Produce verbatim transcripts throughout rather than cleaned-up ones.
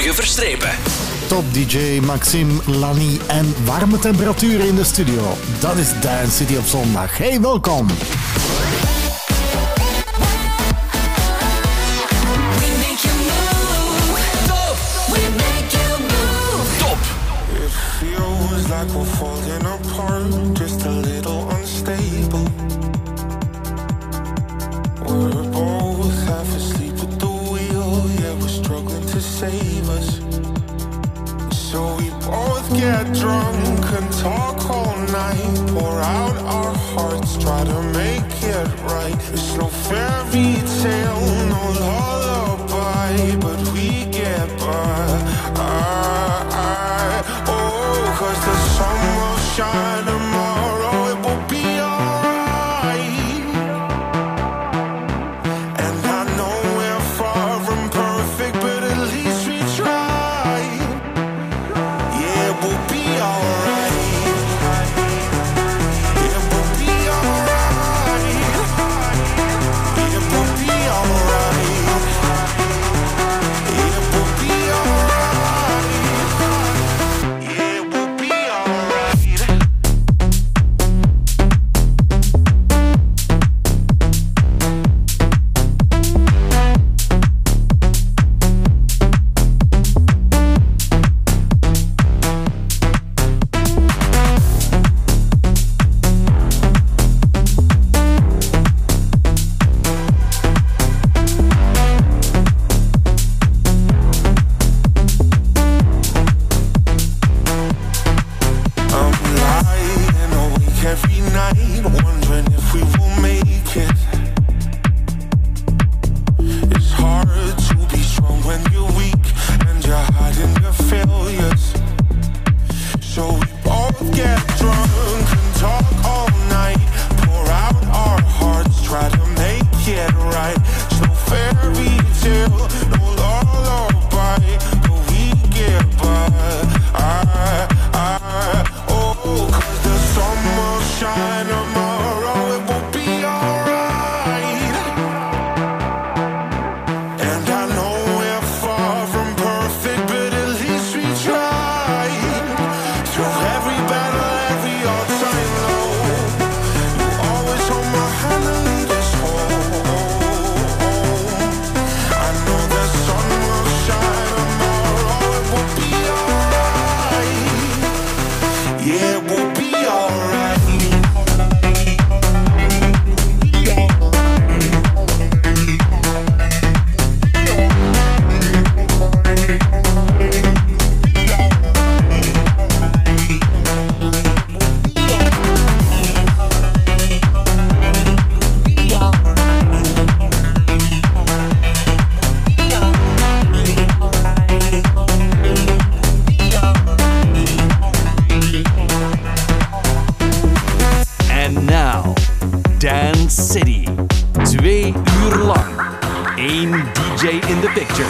Jurgen Verstrepen. Top D J Maxime Lany en warme temperaturen in de studio. Dat is Dance City op zondag. Hey, welkom. Like we're falling apart, just a little unstable. We're both half asleep at the wheel, yeah, we're struggling to save us. So we both get drunk and talk all night, pour out our hearts, try to make it right. It's no fairy tale, no lullaby, but we get by. I, I, oh, 'cause the sun will shine tomorrow, it will be alright. And I know we're far from perfect, but at least we try. Yeah, it will be alright. It will be alright. It will be alright. It will be alright. Yeah, it will be alright. I'm lying awake every night, wondering if we will make it. It's hard to be strong when you're weak and you're hiding your failures. So we both get drunk and talk all night, pour out our hearts, try to make it right. It's no fairy tale, no lullaby, but we get by. I, I, oh, 'cause the sun will shine tomorrow, it will be alright. And I know we're far from perfect, but at least we try. Through every battle, every all-time low, you always hold my hand and lead us home. I know the sun will shine tomorrow, it will be alright. Yeah, it will be alright. En now, Dance City. Twee uur lang. Eén D J in the picture.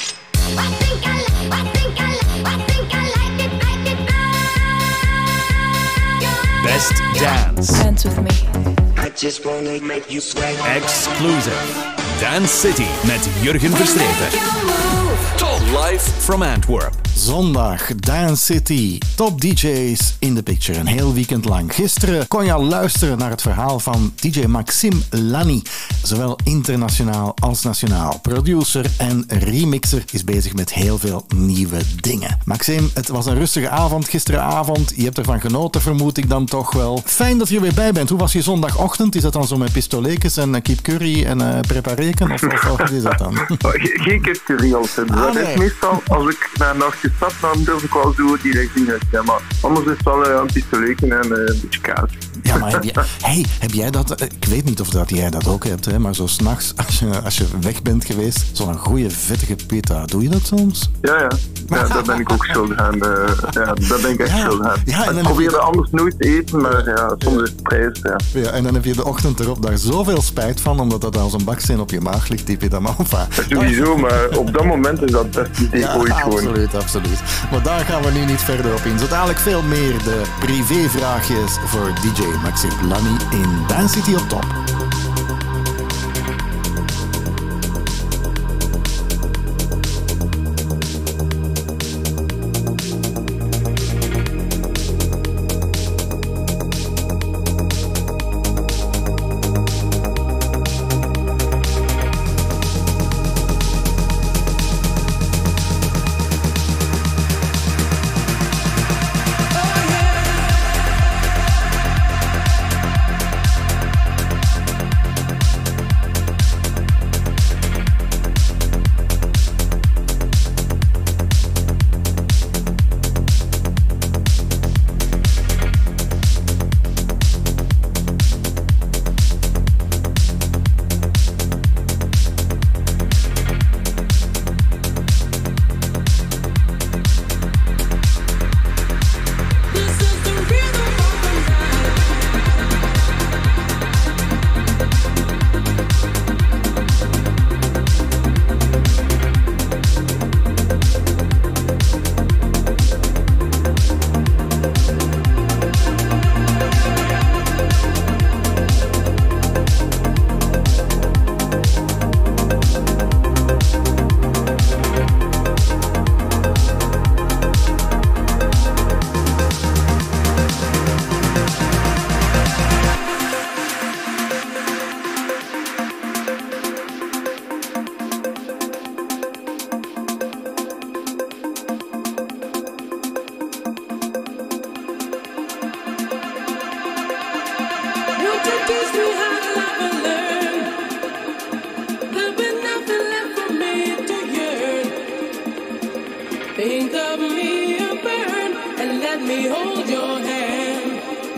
Best dance. Dance with me. I just wanna make you sweat. Exclusive. Dance City met Jurgen Verstrepen. Top live from Antwerp. Zondag, Dance City, top D J's in the picture, een heel weekend lang. Gisteren kon je al luisteren naar het verhaal van D J Maxime Lany. Zowel internationaal als nationaal. Producer en remixer is bezig met heel veel nieuwe dingen. Maxime, het was een rustige avond gisteravond. Je hebt ervan genoten, vermoed ik dan toch wel. Fijn dat je er weer bij bent. Hoe was je zondagochtend? Is dat dan zo met pistoletjes en uh, keep curry en uh, prepareken? Of, of, of wat is dat dan? Geen keep curry altijd. Ah, dat nee. is meestal, als ik naar een nachtje stap, dan durf ik wel zo direct in het ja, maar anders is het wel uh, een pistoletje en uh, een beetje kaas. Ja, maar heb, je, hey, heb jij dat... Ik weet niet of dat jij dat ook hebt, hè, maar zo s'nachts, als je, als je weg bent geweest, zo'n goede vettige pita, doe je dat soms? Ja, ja. Ja, daar ben ik ook schuldig aan. Uh, ja, daar ben ik echt Ja. schuldig aan. Ja, en dan ik probeer heb je- dat anders nooit te eten, maar ja, soms is het prijs. Ja. Ja, en dan heb je de ochtend erop daar zoveel spijt van, omdat dat als een baksteen op je maag ligt, die pita malva. Sowieso, maar op dat moment is dat het beste idee Ja, ooit gewoon. absoluut, absoluut. Maar daar gaan we nu niet verder op in. Zo dadelijk veel meer de privévraagjes voor D J Maxime Lany in Dance City op top. Think of me a burn and let me hold your hand.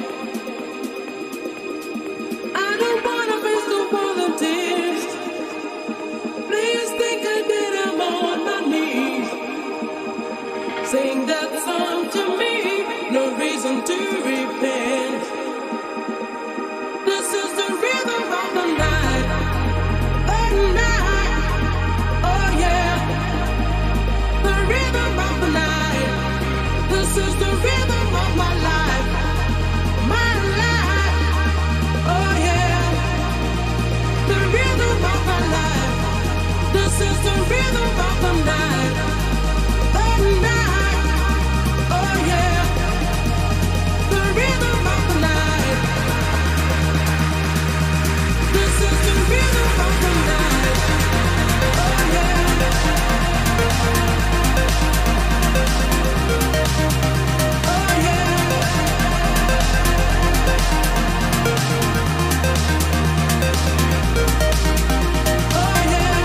I don't wanna face the volunteers. Please think I did, I'm on my knees. Sing that song to me, no reason to repent. This is the rhythm of the night, the night, oh yeah. The rhythm of the night, this is the rhythm of my life, my life, oh yeah. The rhythm of my life, this is the rhythm of the night, the night, oh yeah. The rhythm of the night, this is the rhythm of the night, oh yeah. Oh yeah. Oh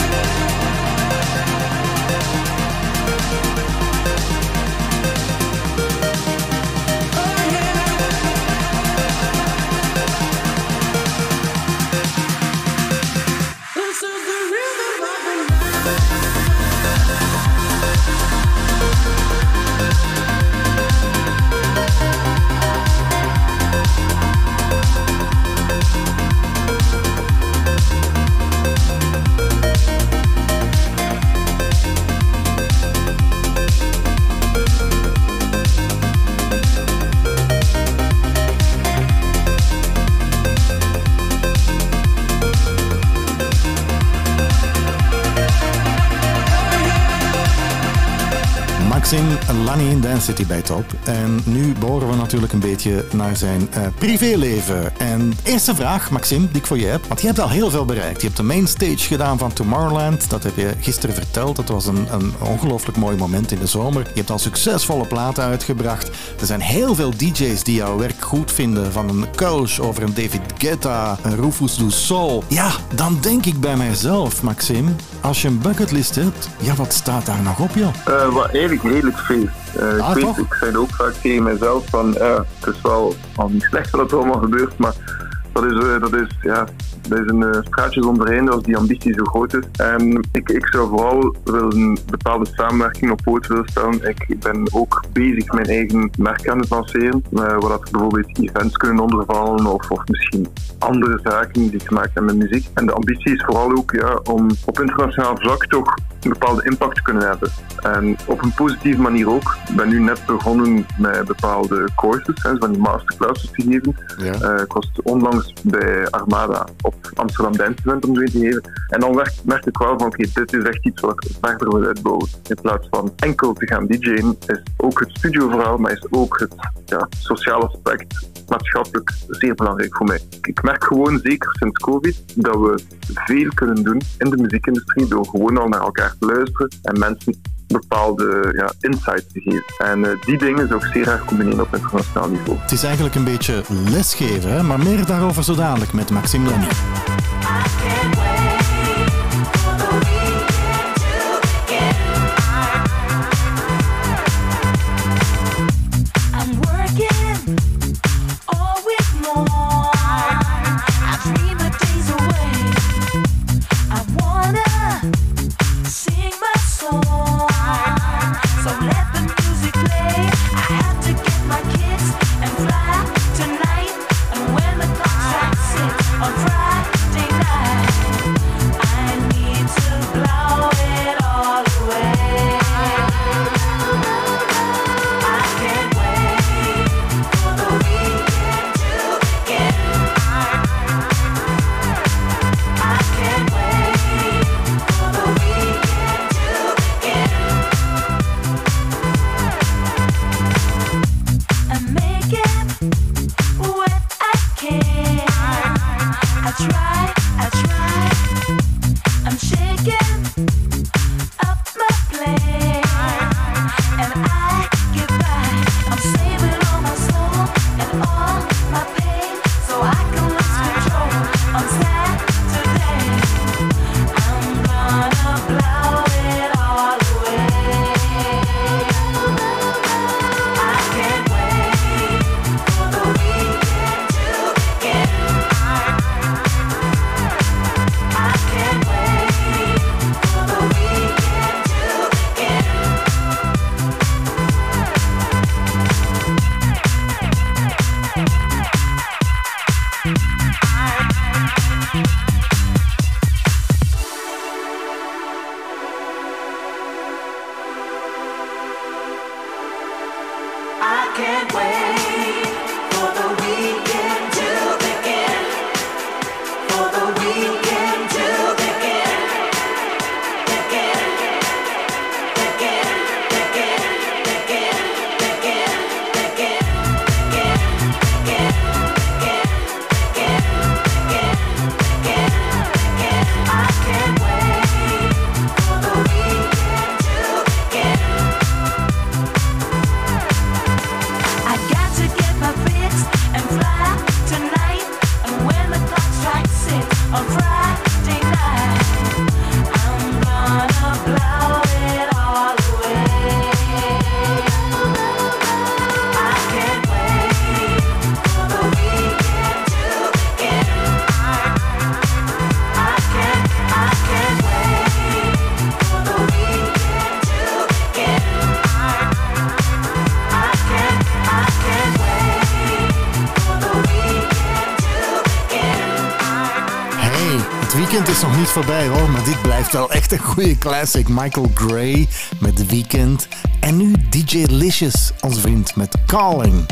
Maxime Lani in Dance City bij Top. En nu boren we natuurlijk een beetje naar zijn uh, privéleven. En eerste vraag, Maxime, die ik voor je heb. Want je hebt al heel veel bereikt. Je hebt de mainstage gedaan van Tomorrowland. Dat heb je gisteren verteld. Dat was een, een ongelooflijk mooi moment in de zomer. Je hebt al succesvolle platen uitgebracht. Er zijn heel veel D J's die jouw werk goed vinden. Van een Kölsch over een David Guetta, een Rufus Du Sol. Ja, dan denk ik bij mijzelf, Maxime. Als je een bucketlist hebt, ja, wat staat daar nog op, joh? Uh, wat eigenlijk redelijk veel. Uh, ah, ik weet, toch? ik zei ook vaak tegen mezelf van, ja, het is wel al niet slecht wat er allemaal gebeurt, maar dat is, uh, dat is, ja, dat is een uh, straatje onderheen als die ambitie zo groot is. En ik, ik zou vooral willen bepaalde samenwerking op poot willen stellen. Ik ben ook bezig mijn eigen merk aan het lanceren, uh, waar dat bijvoorbeeld events kunnen ondervallen of, of misschien andere zaken die te maken hebben met muziek. En de ambitie is vooral ook ja, om op internationaal vlak toch een bepaalde impact te kunnen hebben. En op een positieve manier ook. Ik ben nu net begonnen met bepaalde courses, hè, van die masterclasses te geven. Ja. Uh, ik was onlangs bij Armada op Amsterdam Dance Event om zo te geven. En dan merkte ik wel van, oké, okay, dit is echt iets wat ik verder wil uitbouwen. In plaats van enkel te gaan D J'en, is ook het studioverhaal, maar is ook het ja, sociale aspect maatschappelijk zeer belangrijk voor mij. Ik merk gewoon, zeker sinds COVID, dat we veel kunnen doen in de muziekindustrie door gewoon al naar elkaar te luisteren en mensen bepaalde ja, insights te geven. En uh, die dingen zou ik zeer graag combineren op internationaal niveau. Het is eigenlijk een beetje lesgeven, hè? Maar meer daarover zo dadelijk met Maxime Lani. weekend is nog niet voorbij hoor, maar dit blijft wel echt een goede classic. Michael Gray met The Weeknd. En nu D J Licious, onze vriend met Calling.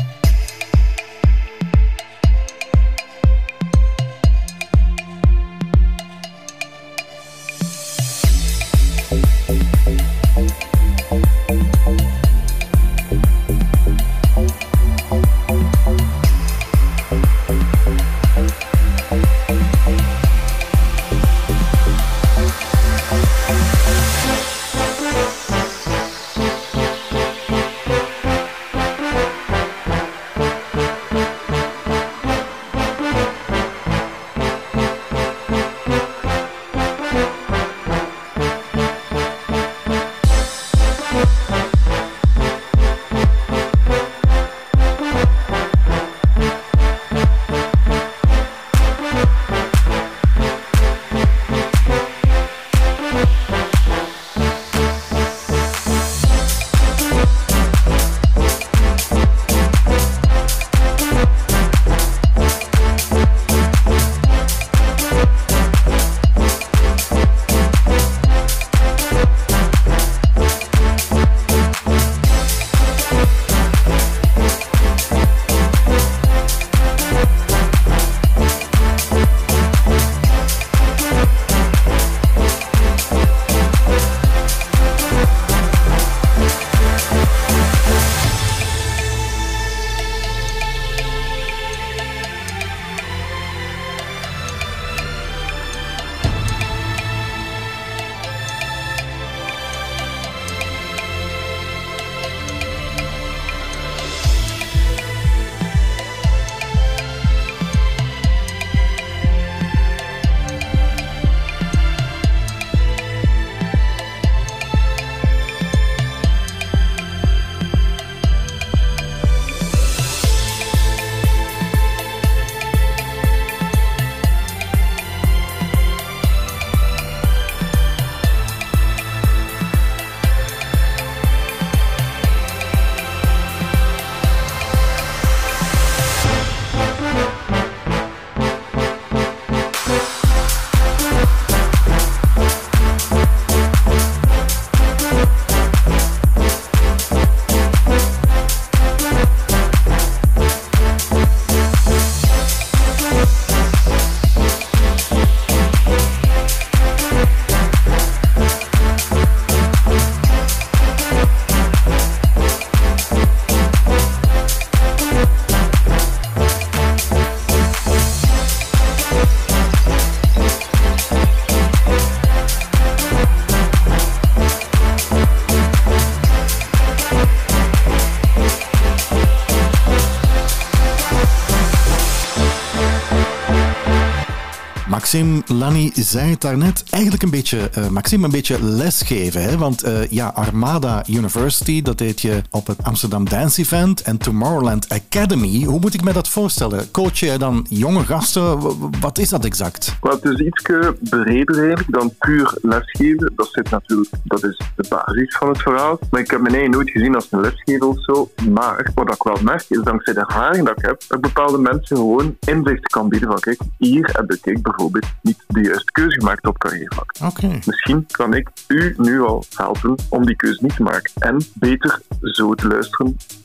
Maxime Lani zei het daarnet, eigenlijk een beetje, uh, Maxime, een beetje lesgeven. Hè? Want uh, ja, Armada University, dat deed je op het Amsterdam Dance Event en Tomorrowland Academy. Hoe moet ik me dat voorstellen? Coach je dan jonge gasten? Wat is dat exact? Well, het is iets breder eigenlijk dan puur lesgeven. Dat zit natuurlijk, dat is de basis van het verhaal. Maar ik heb mijn eigen nooit gezien als een lesgever of zo. Maar wat ik wel merk, is dankzij de ervaring dat ik heb, dat ik bepaalde mensen gewoon inzicht kan bieden van kijk, hier heb ik bijvoorbeeld niet de juiste keuze gemaakt op carrièrevlak. Okay. Misschien kan ik u nu al helpen om die keuze niet te maken en beter zo te luisteren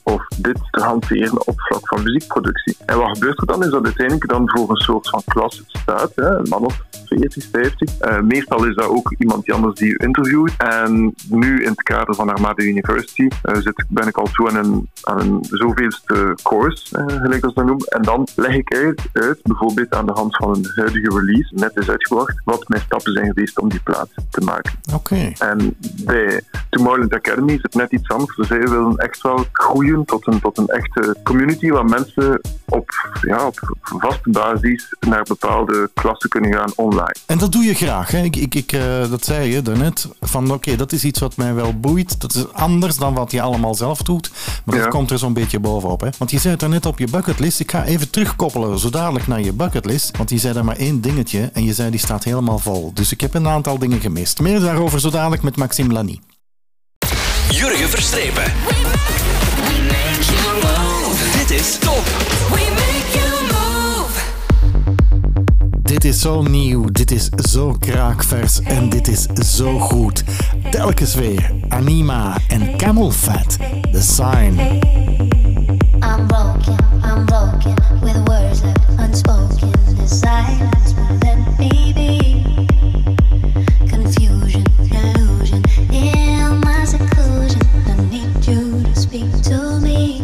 of dit te hanteren op vlak van muziekproductie. En wat gebeurt er dan? Is dat uiteindelijk dan voor een soort van klas staat, hè? Een man of veertig, vijftig. Uh, meestal is dat ook iemand die anders die u interviewt. En nu in het kader van Armada University uh, zit, ben ik al toe aan een, aan een zoveelste course, uh, gelijk als dat noemen. En dan leg ik uit, uit, bijvoorbeeld aan de hand van een huidige release, net is uitgebracht, wat mijn stappen zijn geweest om die plaat te maken. Oké. Okay. En bij Tomorrowland Academy is het net iets anders. Zij willen echt wel groeien tot een, tot een echte community waar mensen op, ja, op vaste basis naar bepaalde klassen kunnen gaan online. En dat doe je graag, hè? Ik, ik, ik, uh, dat zei je daarnet, van oké, okay, dat is iets wat mij wel boeit. Dat is anders dan wat je allemaal zelf doet, maar dat ja. komt er zo'n beetje bovenop. Hè? Want je zei het daarnet op je bucketlist, ik ga even terugkoppelen zo dadelijk naar je bucketlist, want je zei daar maar één dingetje en je zei die staat helemaal vol. Dus ik heb een aantal dingen gemist. Meer daarover zo dadelijk met Maxime Lany. Jurgen Verstrepen. We make you move. Dit is Top. We make you move. Dit is zo nieuw, dit is zo kraakvers en dit is zo goed. Telkens weer Anima en Camel Fat, The Sign. I'm broken, I'm broken with words left unspoken. The silence won't let me be. Confusion, illusion, in my seclusion. I need you to speak to me.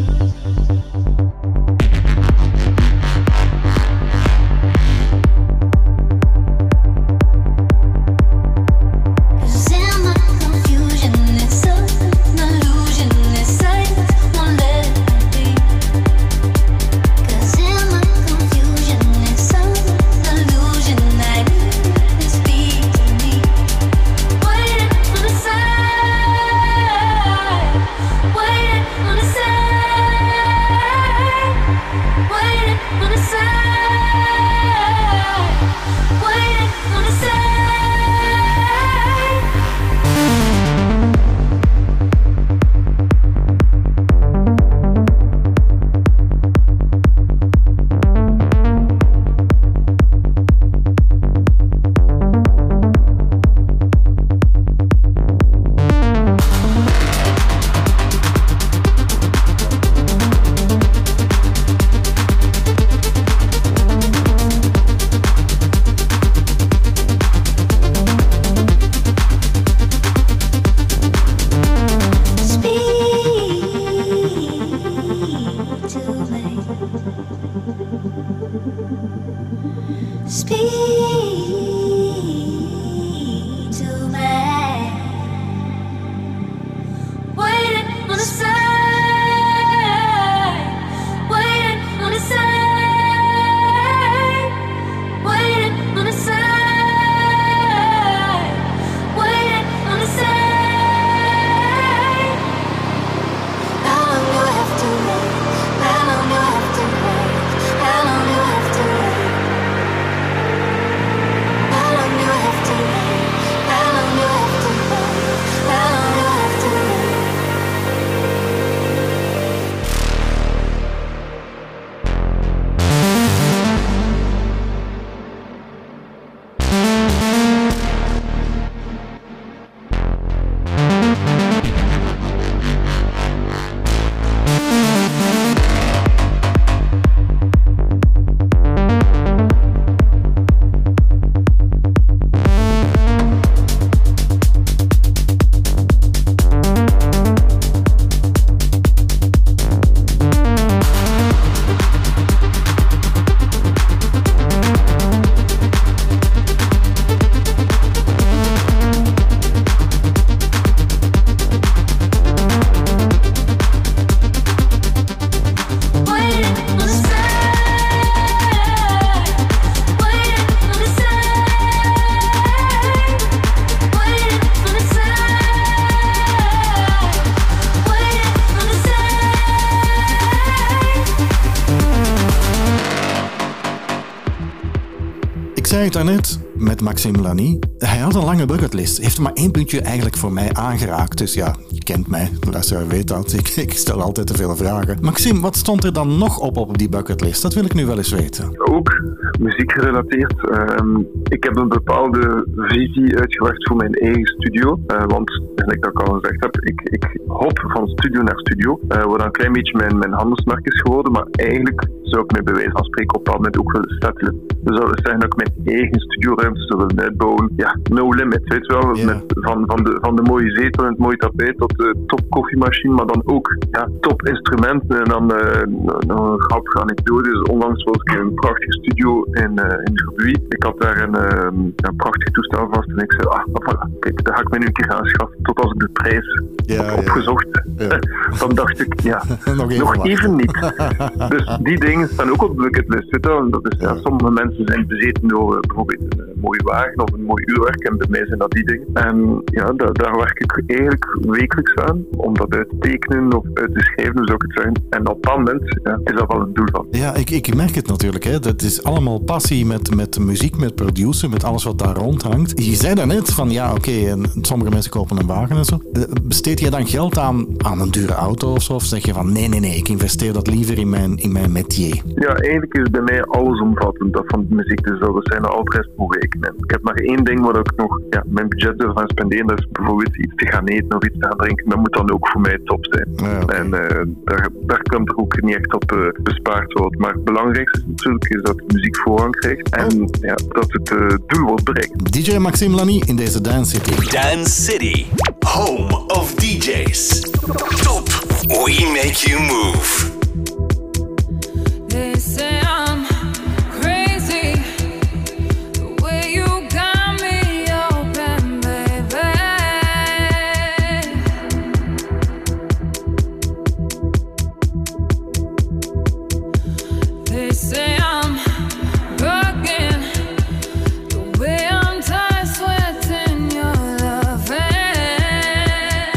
Ik zei het daarnet met Maxime Lany. Hij had een lange bucketlist. Heeft er maar één puntje eigenlijk voor mij aangeraakt. Dus ja, kent mij, de luisteraar weet dat. Ik, ik stel altijd te veel vragen. Maxime, wat stond er dan nog op op die bucketlist? Dat wil ik nu wel eens weten. Ook muziek gerelateerd. Um, ik heb een bepaalde visie uitgewerkt voor mijn eigen studio. Uh, want, gelijk dat ik al gezegd heb, ik, ik hop van studio naar studio. Uh, wat een klein beetje mijn, mijn handelsmerk is geworden. Maar eigenlijk zou ik mij bij wijze van spreken op dat moment ook willen settelen. Dus dat wil zeggen dat ik mijn eigen studioruimte zou willen uitbouwen. Ja, no limit, weet je wel. Yeah. Met, van, van, de, van de mooie zetel en het mooie tapijt tot de top koffiemachine. Maar dan ook ja, top instrumenten. En dan uh, nog een grappige anekdote. Dus onlangs was ik in een prachtige studio in, uh, in Verbuy. Ik had daar een, uh, een prachtig toestel vast. En ik zei, ah, voilà, kijk, daar ga ik me nu een keer aanschaffen. Tot als ik de prijs Ja, heb opgezocht. Ja. Dan dacht ik, ja, Nog even nog wachten. even niet. Dus die dingen staan ook op de bucketlist. Weet je? Dat is, ja, sommige mensen zijn bezeten door uh, bijvoorbeeld een uh, mooie wagen of een mooi uurwerk. En bij mij zijn dat die dingen. En ja, da- daar werk ik eigenlijk wekelijks aan. Om dat uit te tekenen of uit te schrijven, hoe zou ik het zeggen. En op dat moment ja, is dat wel het doel van. Ja, ik, ik merk het natuurlijk. Hè. Dat is allemaal passie met, met muziek, met produceren, met alles wat daar rond hangt. Je zei daarnet van, ja, oké, okay, sommige mensen kopen een wagen en zo. Besteed je dan geld aan, aan een dure auto of zo? Of zeg je van, nee, nee, nee, ik investeer dat liever in mijn, in mijn métier? Ja, eigenlijk is bij mij allesomvattend dat van de muziek. Dus dat zijn er altijd voor rekenen. Ik heb maar één ding waar ik nog ja, mijn budget durf aan spenderen. Dat is bijvoorbeeld iets te gaan eten of iets te gaan drinken. Dat moet dan ook voor mij top zijn. Ja, okay. En uh, daar, daar kan er ook niet echt op uh, bespaard worden. Maar het belangrijkste natuurlijk is dat de muziek voorrang krijgt. En oh. ja, dat het uh, doel wordt bereikt. D J Maxime Lany in deze Dance City. Dance City, home of D J's. Top, we make you move. They say I'm crazy, the way you got me open, baby. They say I'm bugging, the way I'm tired, sweating your loving.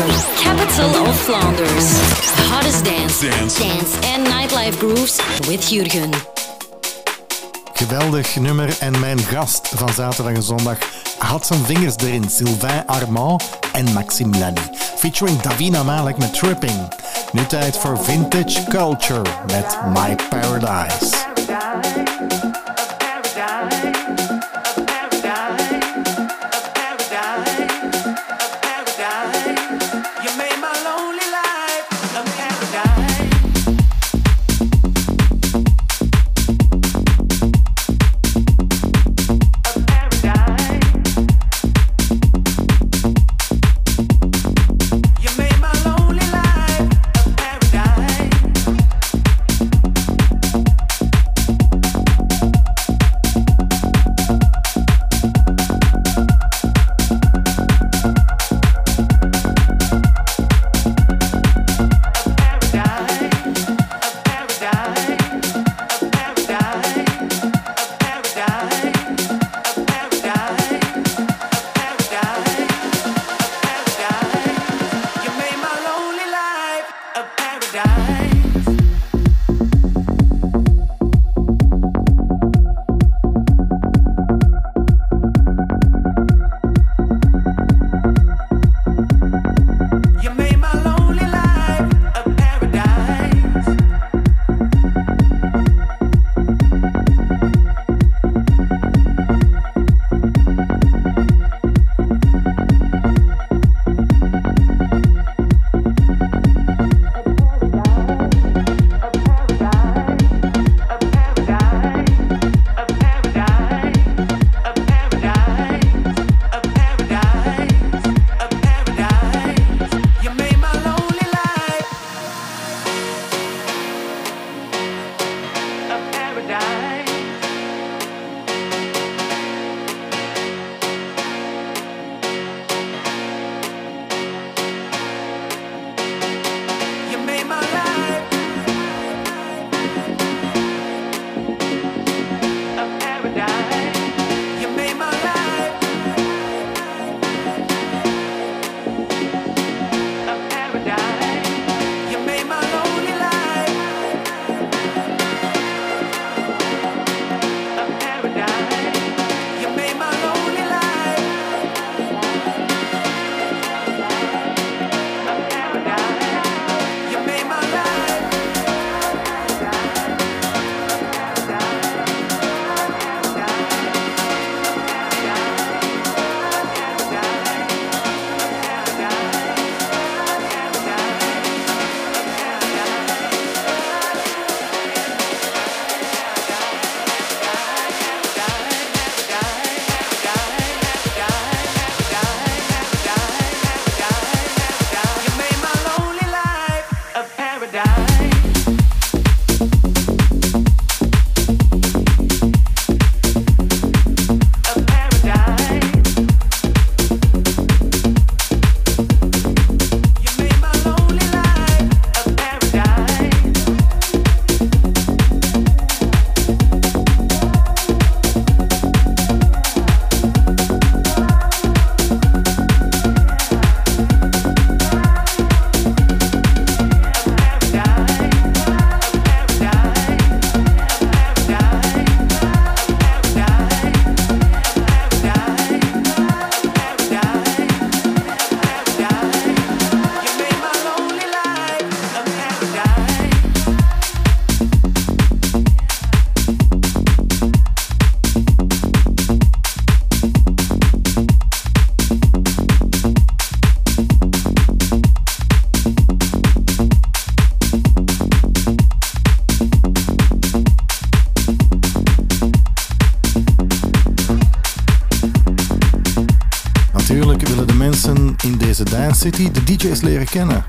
Capital of Flanders. The hottest dance, dance, dance and nightlife grooves with Jurgen. Geweldig nummer en mijn gast van zaterdag en zondag had zijn vingers erin. Sylvain Armand en Maxime Lany. Featuring Davina Malek met Tripping. Nu tijd voor Vintage Culture met My Paradise. Natuurlijk willen de mensen in deze Dance City de D J's leren kennen.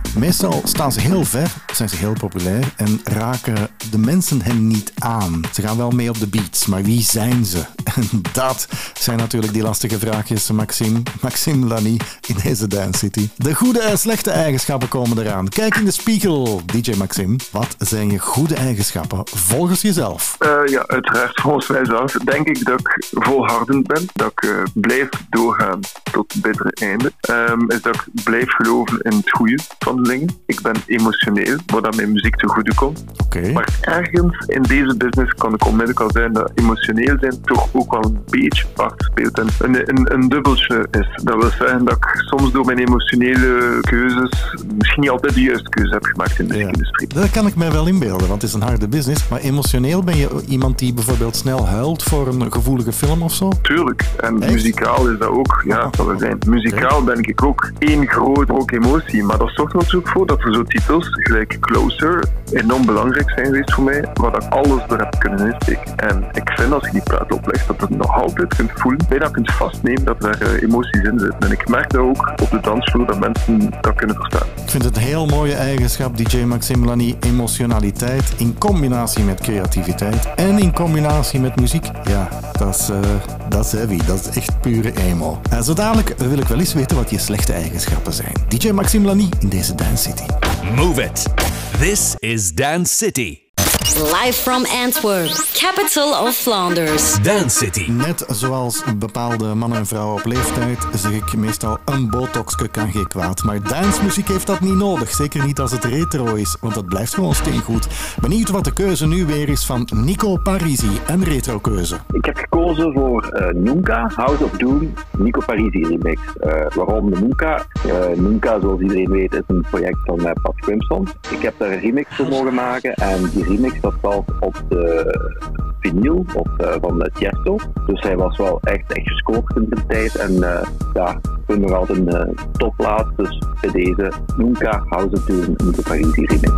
Meestal staan ze heel ver, zijn ze heel populair en raken de mensen hen niet aan. Ze gaan wel mee op de beats, maar wie zijn ze? En dat zijn natuurlijk die lastige vraagjes, Maxime. Maxime Lany in deze Dance City. De goede en slechte eigenschappen komen eraan. Kijk in de spiegel, D J Maxime. Wat zijn je goede eigenschappen volgens jezelf? Uh, ja, uiteraard volgens mijzelf denk ik dat ik volhardend ben. Dat ik uh, blijf doorgaan tot het bittere einde. Um, is dat ik blijf geloven in het goede van de dingen. Ik ben emotioneel, wat aan mijn muziek te goede komt. Okay. Maar ergens in deze business kan ik onmiddellijk al zijn dat emotioneel zijn toch ook wel een beetje part speelt. En een, een, een dubbeltje is. Dat wil zeggen dat ik soms door mijn emotionele keuzes misschien niet altijd de juiste keuze heb gemaakt in de muziekindustrie. Ja. Dat kan ik mij wel inbeelden, want het is een harde business. Maar emotioneel ben je iemand die bijvoorbeeld snel huilt voor een gevoelige film of zo? Tuurlijk. En Echt? Muzikaal is dat ook. Ja, dat zal wel zijn. Muzikaal ben ik ook één grote ook emotie. Maar dat zorgt er natuurlijk voor dat er zo titels, gelijk Closer, enorm belangrijk zijn geweest voor mij, waar ik alles door heb kunnen insteken. En ik vind als je die plaat oplegt, dat je het nog altijd kunt voelen, bijna kunt vastnemen dat er uh, emoties in zitten. En ik merk dat ook op de dansvloer, dat mensen dat kunnen verstaan. Ik vind het een heel mooie eigenschap, D J Maxime Lany. Emotionaliteit in combinatie met creativiteit en in combinatie met muziek. Ja, dat is, uh, dat is heavy. Dat is echt pure emo. En zo dadelijk wil ik wel eens weten wat je slechte eigenschappen zijn. D J Maxime Lany in deze Dance City. Move it. This is Dance City. Live from Antwerp, capital of Flanders. Dance City. Net zoals bepaalde mannen en vrouwen op leeftijd zeg ik meestal een botoxke kan geen kwaad. Maar dancemuziek heeft dat niet nodig. Zeker niet als het retro is, want dat blijft gewoon steengoed. Benieuwd wat de keuze nu weer is van Nico Parisi, een retrokeuze. Ik heb gekozen voor uh, Nunca, House of Doom, Nico Parisi remix. Uh, waarom de Nunca? Uh, Nunca, zoals iedereen weet, is een project van uh, Pat Crimson. Ik heb daar een remix voor mogen maken en die remix dat valt op de vinyl op, uh, van Tiesto. Dus hij was wel echt, echt gescoord in de tijd. En uh, ja, ik vind nog altijd een uh, topplaat. Dus bij deze Nunca, House of Doom, Nico Parisi remix.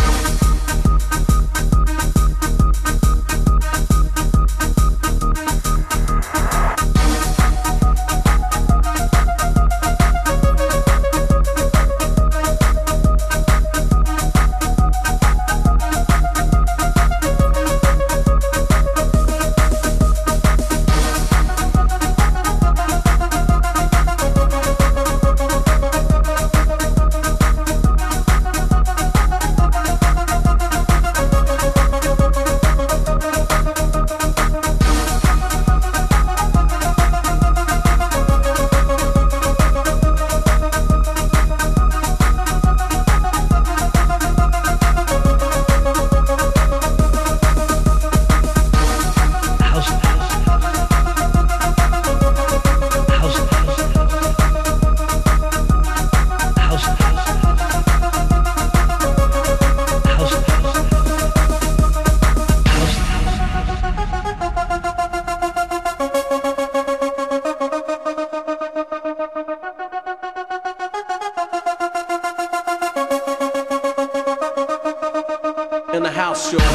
In the house, show.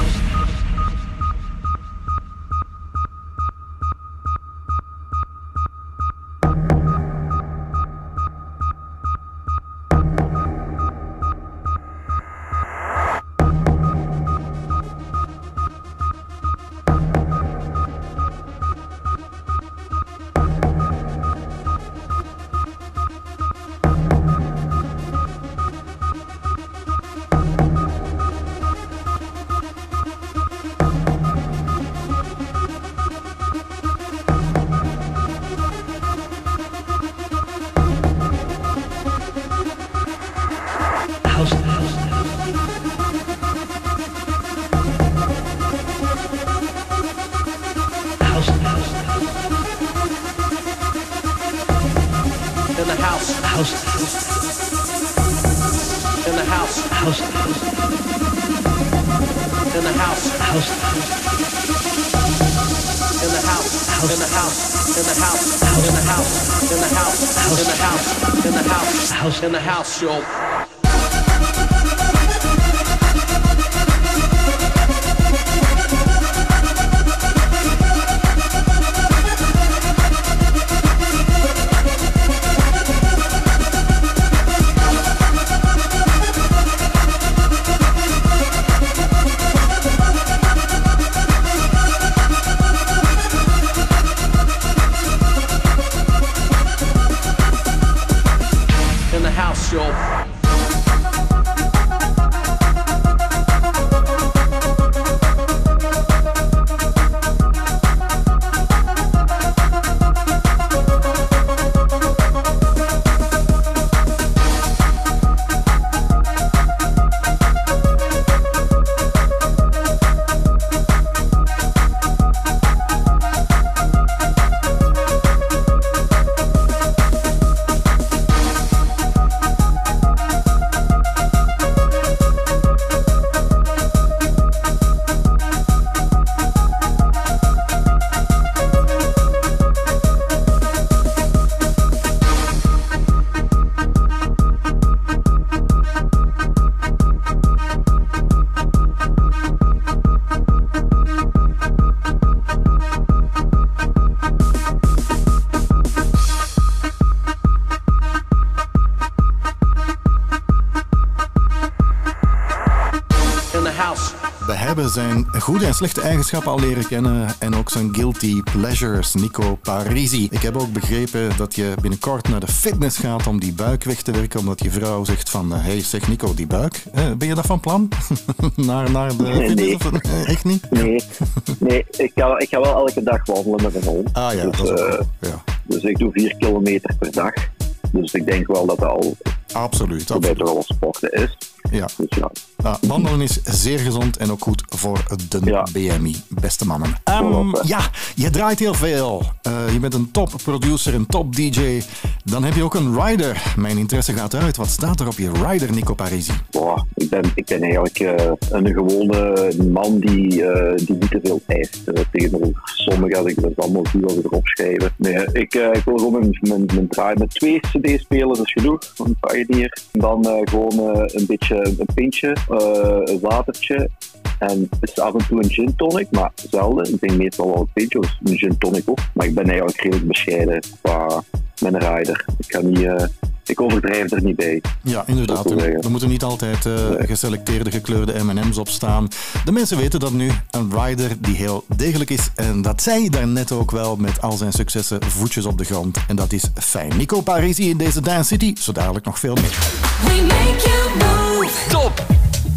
In the house. House. In the house. House. In the house. House. In the house. In the house. In the house. In the house. In the house. In the house. In the house. House. In the house, show. hebben zijn goede en slechte eigenschappen al leren kennen en ook zijn guilty pleasures, Nico Parisi. Ik heb ook begrepen dat je binnenkort naar de fitness gaat om die buik weg te werken, omdat je vrouw zegt van, hé, hey, zeg Nico, die buik, eh, ben je dat van plan? naar, naar de fitness? Nee. Of, eh, echt niet? Nee, nee ik, ga, ik ga wel elke dag wandelen met een hond. Ah ja, dus, dat is ook uh, wel, ja. Dus ik doe vier kilometer per dag. Dus ik denk wel dat dat al absoluut, bij absoluut. toch wel sporten is. Ja. Dus ja. Nou, wandelen is zeer gezond en ook goed voor de Ja. B M I, beste mannen. Um, ja, je draait heel veel. Uh, je bent een top producer, een top D J. Dan heb je ook een rider. Mijn interesse gaat uit. Wat staat er op je rider, Nico Parisi? Boah, ik, ben, ik ben eigenlijk uh, een gewone man die, uh, die niet te veel eist. Uh, tegenover sommigen, als ik dat allemaal zie, als ik erop schrijven. Nee, ik, uh, ik wil gewoon mijn, mijn, mijn draai met twee cd's spelen, dat is genoeg. Een Pioneer. Dan uh, gewoon uh, een beetje een pintje, uh, een watertje. En is af en toe een gin tonic, maar zelden. Ik denk meestal wel een pintje, of een gin tonic ook. Maar ik ben eigenlijk redelijk bescheiden qua mijn rider. Ik ga niet... Uh, Ik overdrijf er niet bij. Ja, inderdaad. Er moeten niet altijd uh, nee. geselecteerde gekleurde M en M's op staan. De mensen weten dat nu. Een rider die heel degelijk is. En dat zei hij daarnet ook wel met al zijn successen voetjes op de grond. En dat is fijn. Nico Parisi in deze Dance City. Zo dadelijk nog veel meer. We make you move. Top!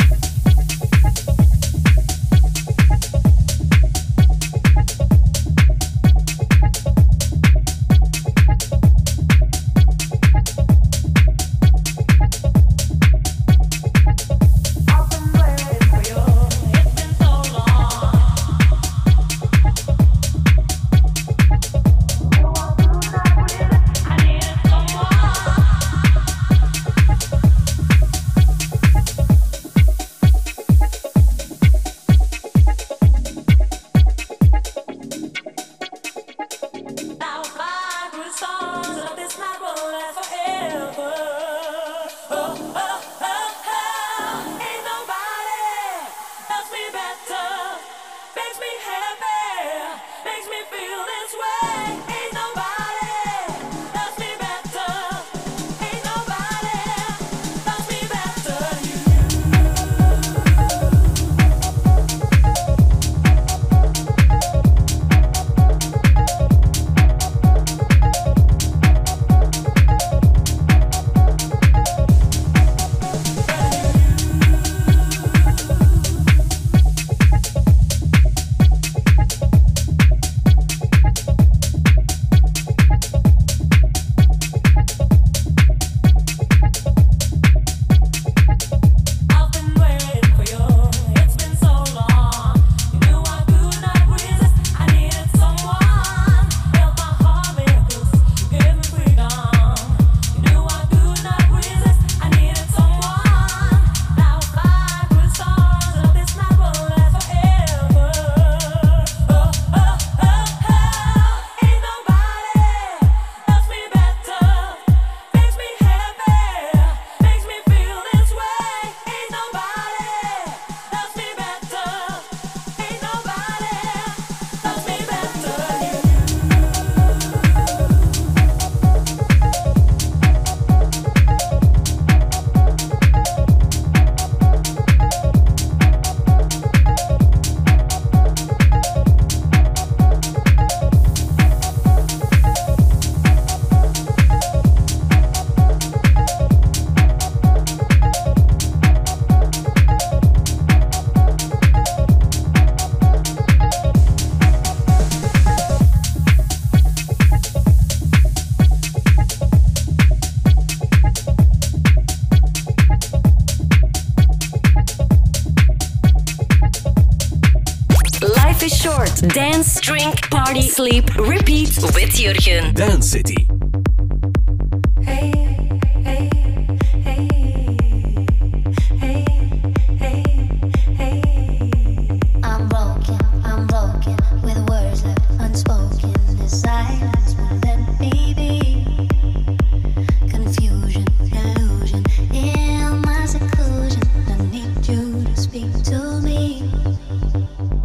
Dance, drink, party, sleep, repeat with Jurgen. Dance City.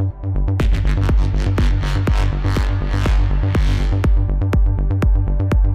Speak to me.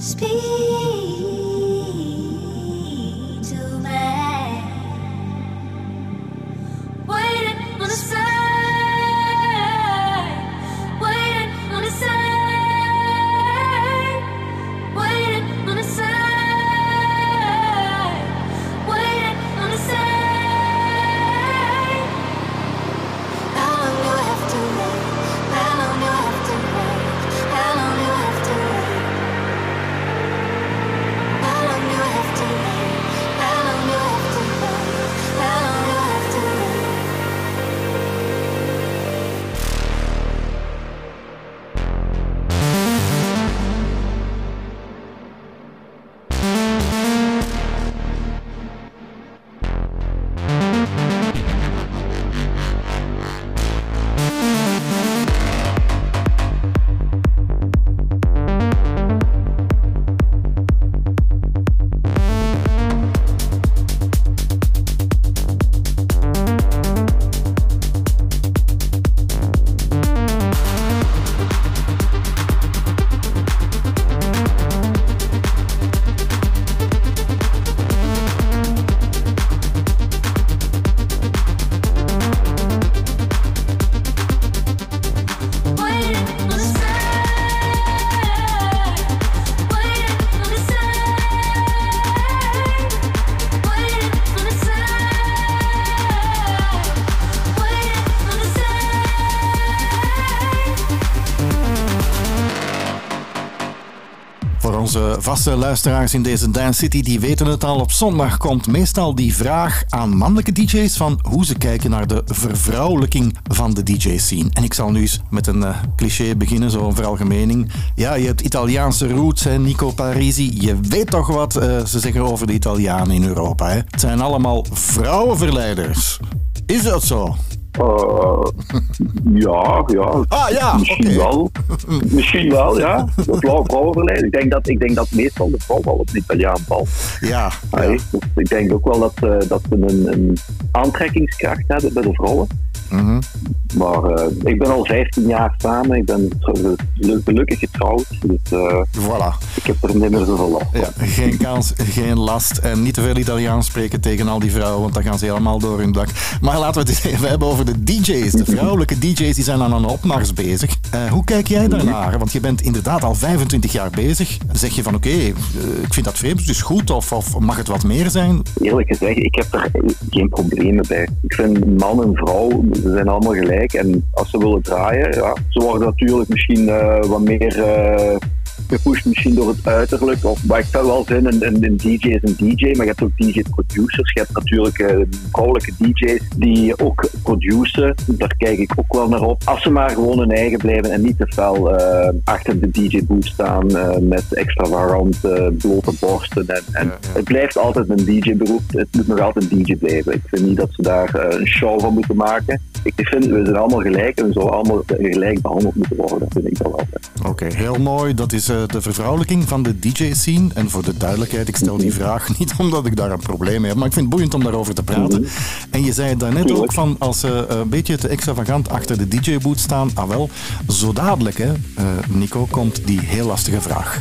Onze vaste luisteraars in deze Dance City die weten het al. Op zondag komt meestal die vraag aan mannelijke D J's van hoe ze kijken naar de vervrouwelijking van de D J-scene. En ik zal nu eens met een uh, cliché beginnen, zo'n veralgemening. Ja, je hebt Italiaanse roots, hè, Nico Parisi. Je weet toch wat uh, ze zeggen over de Italianen in Europa. Hè? Het zijn allemaal vrouwenverleiders. Is dat zo? Uh, ja, ja. Ah, ja. Misschien Okay. wel. Misschien wel, ja. Vrouwenverleiding. Ik denk dat, ik denk dat meestal de vrouw wel op de Italiaan valt. Ja. Allee, ja. Dus ik denk ook wel dat, uh, dat ze een, een aantrekkingskracht hebben bij de vrouwen. Mm-hmm. Maar uh, ik ben al vijftien jaar samen. Ik ben gelukkig getrouwd. Dus uh, voilà. ik heb er niet meer zoveel last van. Ja, geen kans, geen last. En niet te veel Italiaans spreken tegen al die vrouwen, want dan gaan ze helemaal door hun dak. Maar laten we het eens even hebben over de D J's. De vrouwelijke D J's die zijn aan een opmars bezig. Uh, hoe kijk jij daarnaar? Want je bent inderdaad al vijfentwintig jaar bezig. Zeg je van oké, okay, uh, ik vind dat vreemd, dus goed, of, of mag het wat meer zijn? Eerlijk gezegd, ik heb er geen problemen bij. Ik vind man en vrouw, ze zijn allemaal gelijk. En als ze willen draaien, ja, ze worden natuurlijk misschien uh, wat meer uh, gepusht misschien door het uiterlijk. Of, maar ik vind wel zin, een, een, een D J is een D J, maar je hebt ook D J-producers. Je hebt natuurlijk uh, vrouwelijke D J's die ook produceren. Daar kijk ik ook wel naar op. Als ze maar gewoon hun eigen blijven en niet te fel uh, achter de D J-booth staan uh, met extravagant uh, blote borsten. En, en ja, ja. Het blijft altijd een D J-beroep. Het moet nog altijd een D J blijven. Ik vind niet dat ze daar uh, een show van moeten maken. Ik vind, we zijn allemaal gelijk en we zouden allemaal gelijk behandeld moeten worden. Dat vind ik wel altijd. Oké, okay, heel mooi. Dat is uh, de vervrouwelijking van de D J-scene. En voor de duidelijkheid, ik stel die vraag niet omdat ik daar een probleem mee heb, maar ik vind het boeiend om daarover te praten. Mm-hmm. En je zei daarnet ook van, als ze uh, een beetje te extravagant achter de D J-boot staan, ah wel, zo dadelijk, hè, uh, Nico, komt die heel lastige vraag.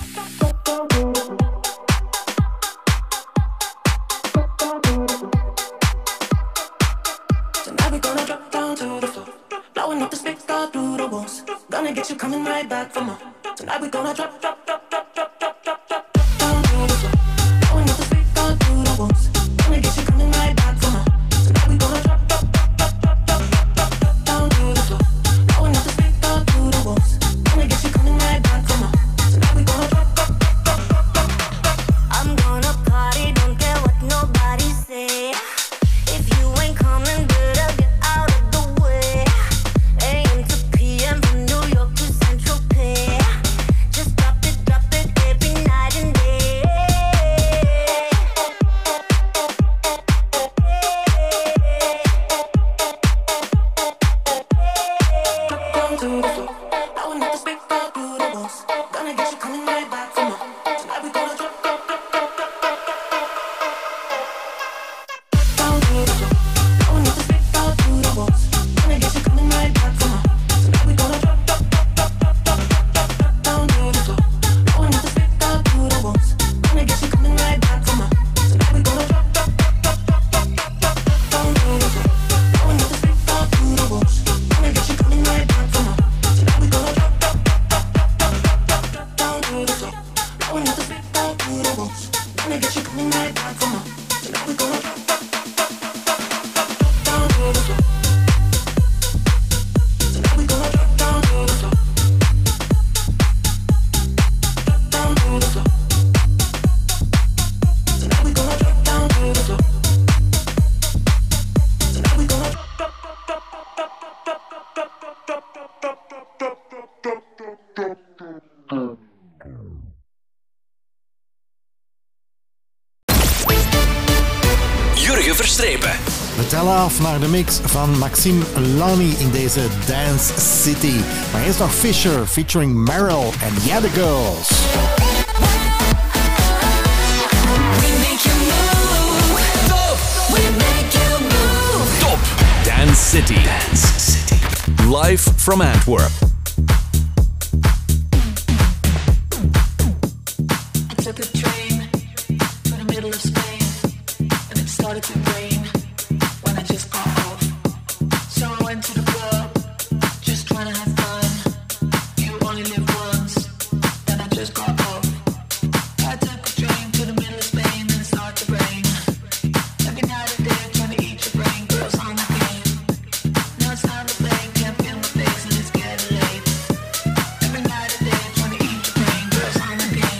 Gonna get you coming right back for more. Tonight we gonna drop, drop, drop, drop, drop, drop, drop, drop down to the floor. Blowing up the speaker through the walls. Gonna get you coming right back for more. Tonight we gonna drop, drop, drop, drop, drop, drop, drop, drop down to the floor. Blowing up the speaker through the walls. Gonna get you coming right back for more. Tonight we gonna drop, drop, drop, drop, drop, drop. I'm gonna party, don't care what nobody say. If you ain't coming, better get out of the way. A M to P M from New York to Central Pay. Just drop it, drop it every night and day. Drop down to the floor. Blowing up the speaker through the walls. Gonna get you coming right back for more. Tonight we gonna drop, drop, drop, drop, drop, drop, drop. Down to the floor. Blowing up the speaker through the walls. Gonna get you coming right back for more. Tonight we gonna drop, drop, drop, drop, drop, drop, drop, drop down to the floor. Blowing up the speaker Jurgen Verstrepen. We tellen af naar de mix van Maxime Lani in deze Dance City. Maar eerst nog Fisher featuring Meryl en Yeah the Girls. Top Dance City. Dance City. Live from Antwerp. I took a train to the middle of Spain, and it started to rain when I just got off. So I went to the club, just trying to have fun. You only live once, then I just got off. I took a train to the middle of Spain, and it started to rain. Every night and day, trying to eat your brain, girls on the game. Now it's time to play, can't feel my face, and it's getting late. Every night and day, trying to eat your brain, girls on the game.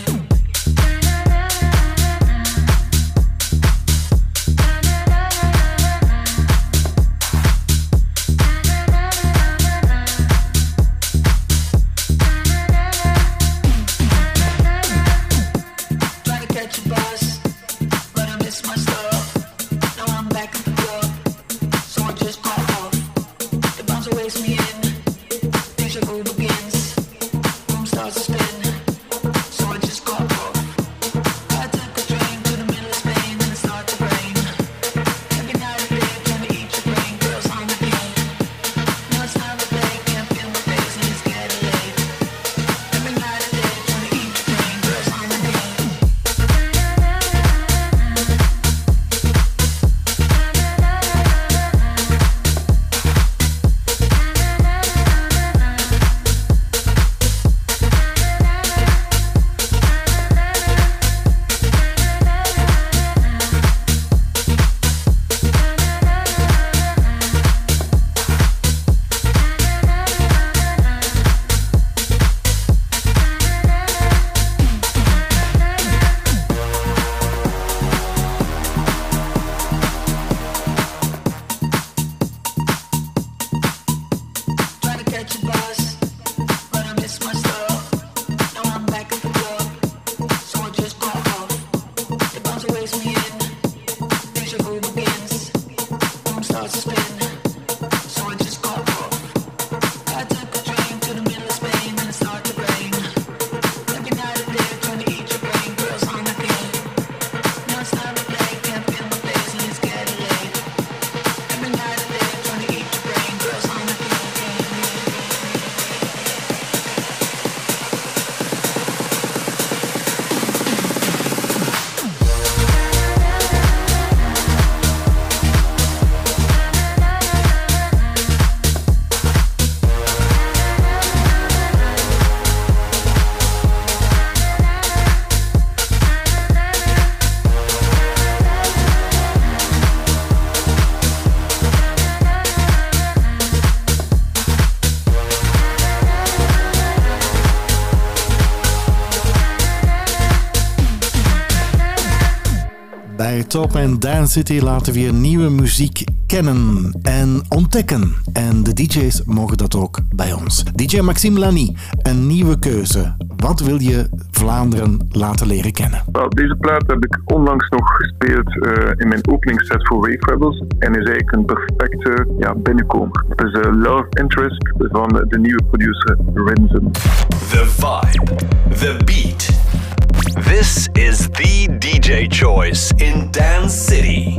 Trying to catch a bus, but I missed my stop. Now I'm back at the club, so I just got off. The bouncer waves me in, deja vu begins. Room starts to spin, so I just got off. I took a train to the middle of Spain, and it started to rain. Every night and day, trying to eat your brain, girls on the game. Now it's time to play, can't feel my face, and it's getting late. Every night and day, trying to eat your brain, girls on the game. Trying to catch a bus, but I missed my stop. Now I'm back at the club, so I just got off. The bouncer waves me in, deja vu begins. Room starts to spin, so I just got off. I took a train to the middle of Spain, and it started to rain. Every night and day, trying to eat your brain, girls on the game. Now it's time to play, can't feel my face, and it's getting late. Every night and day, trying to eat your brain, girls on the game. Bij Top en Dance City laten we weer nieuwe muziek kennen en ontdekken. En de D J's mogen dat ook bij ons. D J Maxime Lani, een nieuwe keuze. Wat wil je Vlaanderen laten leren kennen? Wel, deze plaat heb ik onlangs nog gespeeld uh, in mijn openingsset voor Wave Rebels en is eigenlijk een perfecte ja, binnenkomer. Het is uh, Love Interest van de nieuwe producer Rinzen. The vibe. The beat. This is the D J choice in Dance City.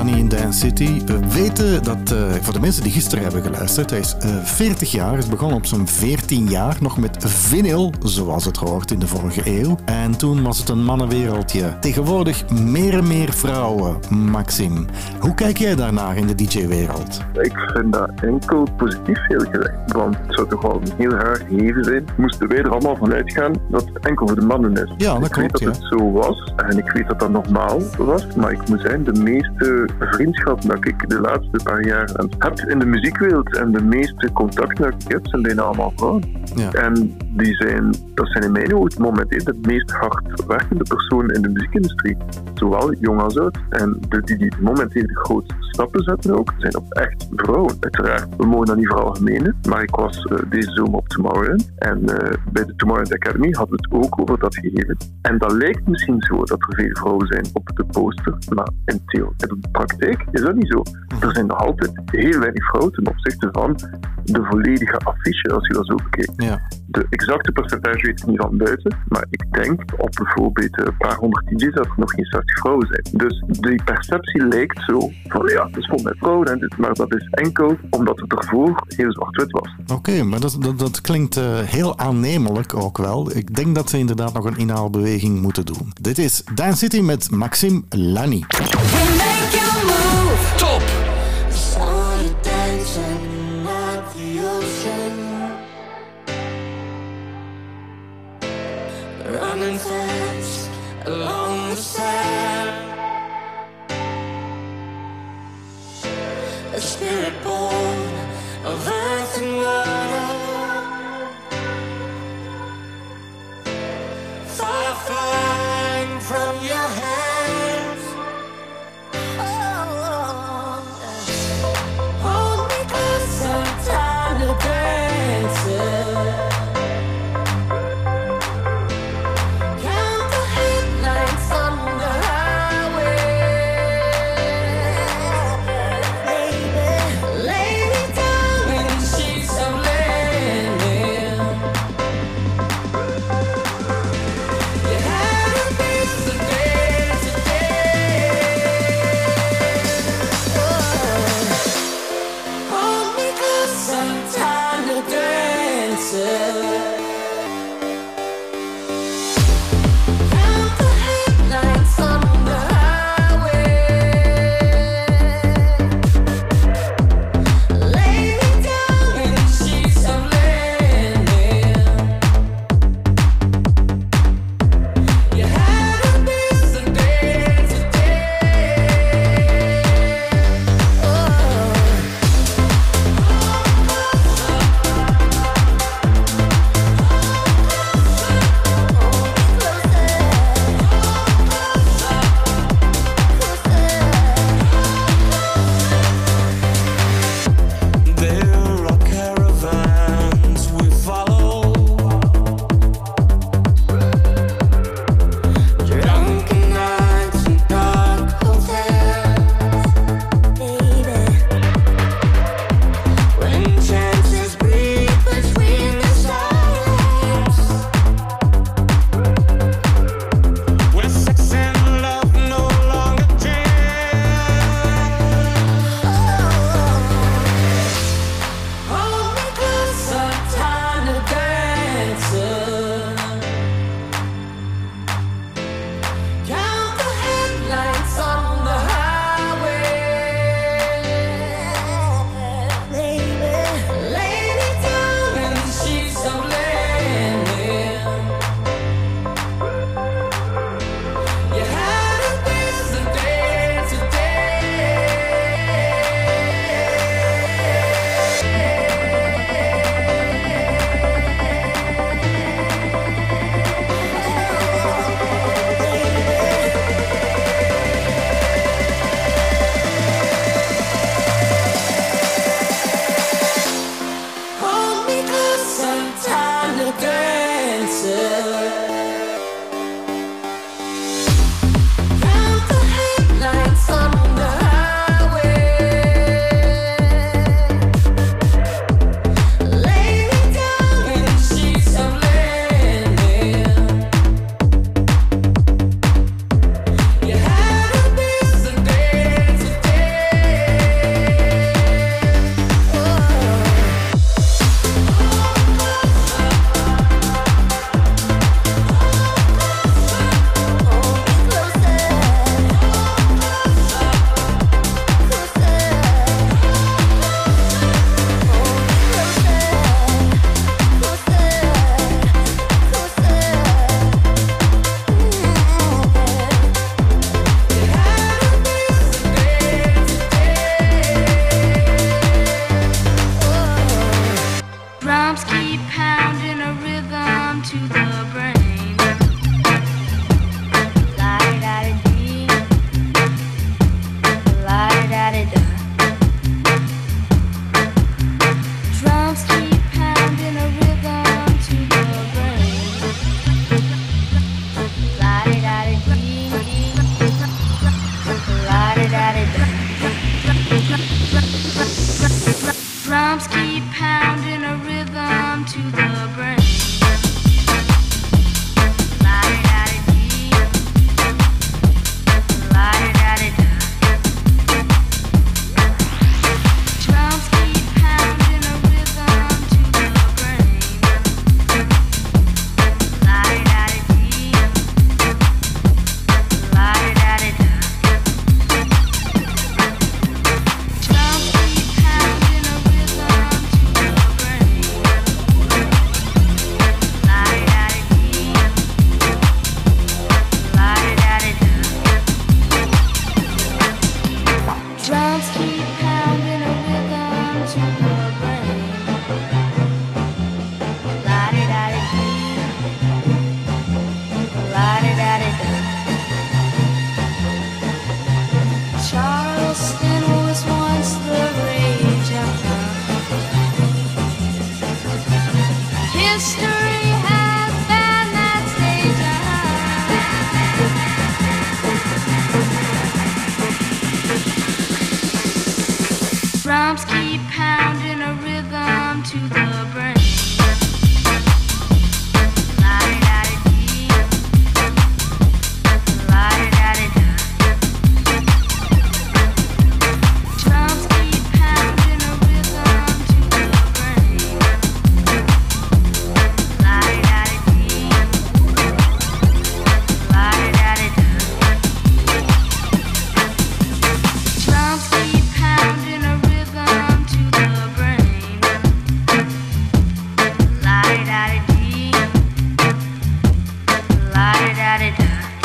Lani in Dance City. We weten dat, uh, voor de mensen die gisteren hebben geluisterd, hij is uh, veertig jaar, is begonnen op zo'n veertien jaar, nog met vinyl, zoals het hoort in de vorige eeuw. En toen was het een mannenwereldje. Tegenwoordig meer en meer vrouwen, Maxime. Hoe kijk jij daarnaar in de D J-wereld? Ik vind dat enkel positief heel gezegd, want het zou toch wel een heel raar gegeven zijn. Moesten wij er allemaal van uitgaan dat het enkel voor de mannen is. Ja, dat ik klopt, weet dat ja. het zo was en ik weet dat dat normaal was, maar ik moet zeggen, de meeste vriendschappen dat ik de laatste paar jaar heb in de muziekwereld en de meeste contacten dat ik heb, zijn bijna allemaal vrouwen. Ja. En die zijn, dat zijn in mijn ogen momenteel de meest hardwerkende personen in de muziekindustrie. Zowel jong als oud. En de, die, die momenteel de grootste stappen zetten ook, zijn ook echt vrouwen. Uiteraard, we mogen dat niet veralgemenen, maar ik was uh, deze zomer op Tomorrowland en uh, bij de Tomorrowland Academy hadden we het ook over dat gegeven. En dat lijkt misschien zo dat er veel vrouwen zijn op de poster, maar in theorie, in de praktijk is dat niet zo. Er zijn nog altijd heel weinig vrouwen ten opzichte van de volledige affiche, als je dat zo bekijkt. Ja. De exacte percentage weet ik niet van buiten, maar ik denk op bijvoorbeeld een paar honderd D J's dat er nog geen zestig vrouwen zijn. Dus die perceptie lijkt zo van ja, het is vol met vrouwen, en dit, maar dat is enkel omdat het ervoor heel zwart-wit was. Oké, okay, maar dat, dat, dat klinkt uh, heel aannemelijk ook wel. Ik denk dat ze inderdaad nog een inhaalbeweging moeten doen. Dit is Dance City met Maxime Lani. Top! Running fast along the sand, a spirit born of earth and water, fire flying from your hands. Oh, hold me closer, time to dance it. Drums keep pounding a rhythm to the brain. La-di-da-di-dee, la-di-da-di-da. Drums keep pounding a rhythm to the brain. La-di-da-di-dee, la-di-da-di-da. Drums keep pounding a rhythm to the brain. La-di-da-di-dee, la-di-da-di-da. Drums keep pounding a rhythm to the brain. La-di-da-di-dee, la-di-da-di-da. Drums keep pounding a rhythm to the brain. La-di-da-di-dee, la-di-da-di-da. Drums keep pounding a rhythm to the brain. La-di-da-di-dee, la-di-da-di-da. Charleston was once the rage. uh-huh. History has been that stage. uh-huh. Drums keep pounding a rhythm to the brain. La-di-da-di-dee, la-di-da-di-da. Drums keep pounding a rhythm to the brain. La-di-da-di-dee, la-di-da-di-da. Drums keep pounding a rhythm to the brain. La-di-da-di-dee, la-di-da-di-da.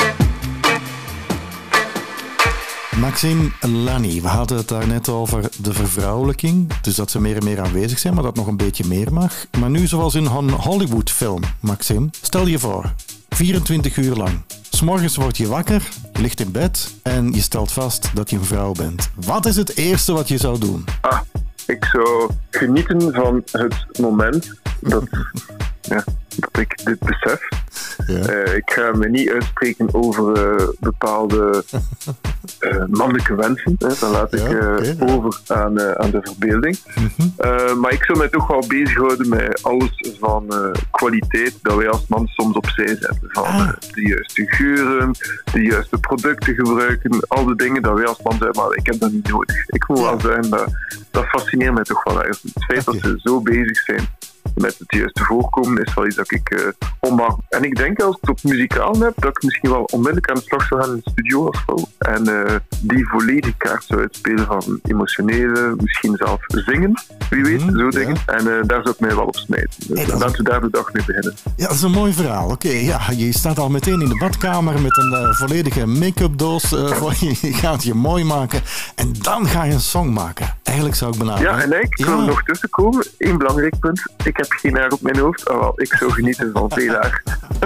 Maxime Lani, we hadden het daar net over de vervrouwelijking. Dus dat ze meer en meer aanwezig zijn, maar dat nog een beetje meer mag. Maar nu zoals in een Hollywood-film, Maxime. Stel je voor, vierentwintig uur lang. 's Morgens word je wakker, je ligt in bed en je stelt vast dat je een vrouw bent. Wat is het eerste wat je zou doen? Ah, ik zou genieten van het moment dat, ja, dat ik dit besef. Ja. Eh, ik ga me niet uitspreken over eh, bepaalde eh, mannelijke wensen. Hè. Dan laat ik Ja, eh, oké, ja. over aan, eh, aan de verbeelding. Eh, maar ik zou mij toch wel bezighouden met alles van eh, kwaliteit dat wij als man soms opzij zetten. Van Ah. eh, de juiste geuren, de juiste producten gebruiken, al die dingen dat wij als man zeggen, maar ik heb dat niet nodig. Ik moet wel zeggen, dat, dat fascineert mij toch wel erg. Het feit Oké. dat ze zo bezig zijn met het juiste voorkomen is wel iets dat ik uh, onmag. En ik denk als ik het op muzikaal heb, dat ik misschien wel onmiddellijk aan de slag zou gaan in de studio of zo. En uh, die volledige kaart zou uitspelen van emotionele, misschien zelf zingen, wie weet, Mhm, zo ja. dingen. En uh, daar zou ik mij wel op smijten. Dus Hey, dat is- laten we daar de dag mee beginnen. Ja, dat is een mooi verhaal. Oké, ja, je staat al meteen in de badkamer met een eh, volledige make-up doos eh, voor je. Je gaat je mooi maken en dan ga je een song maken. Eigenlijk zou ik benaderen. Ja, en ik wil er nog tussenkomen. Eén belangrijk punt. Ik heb geen haar op mijn hoofd. Oh, wel, ik zou genieten van veel haar.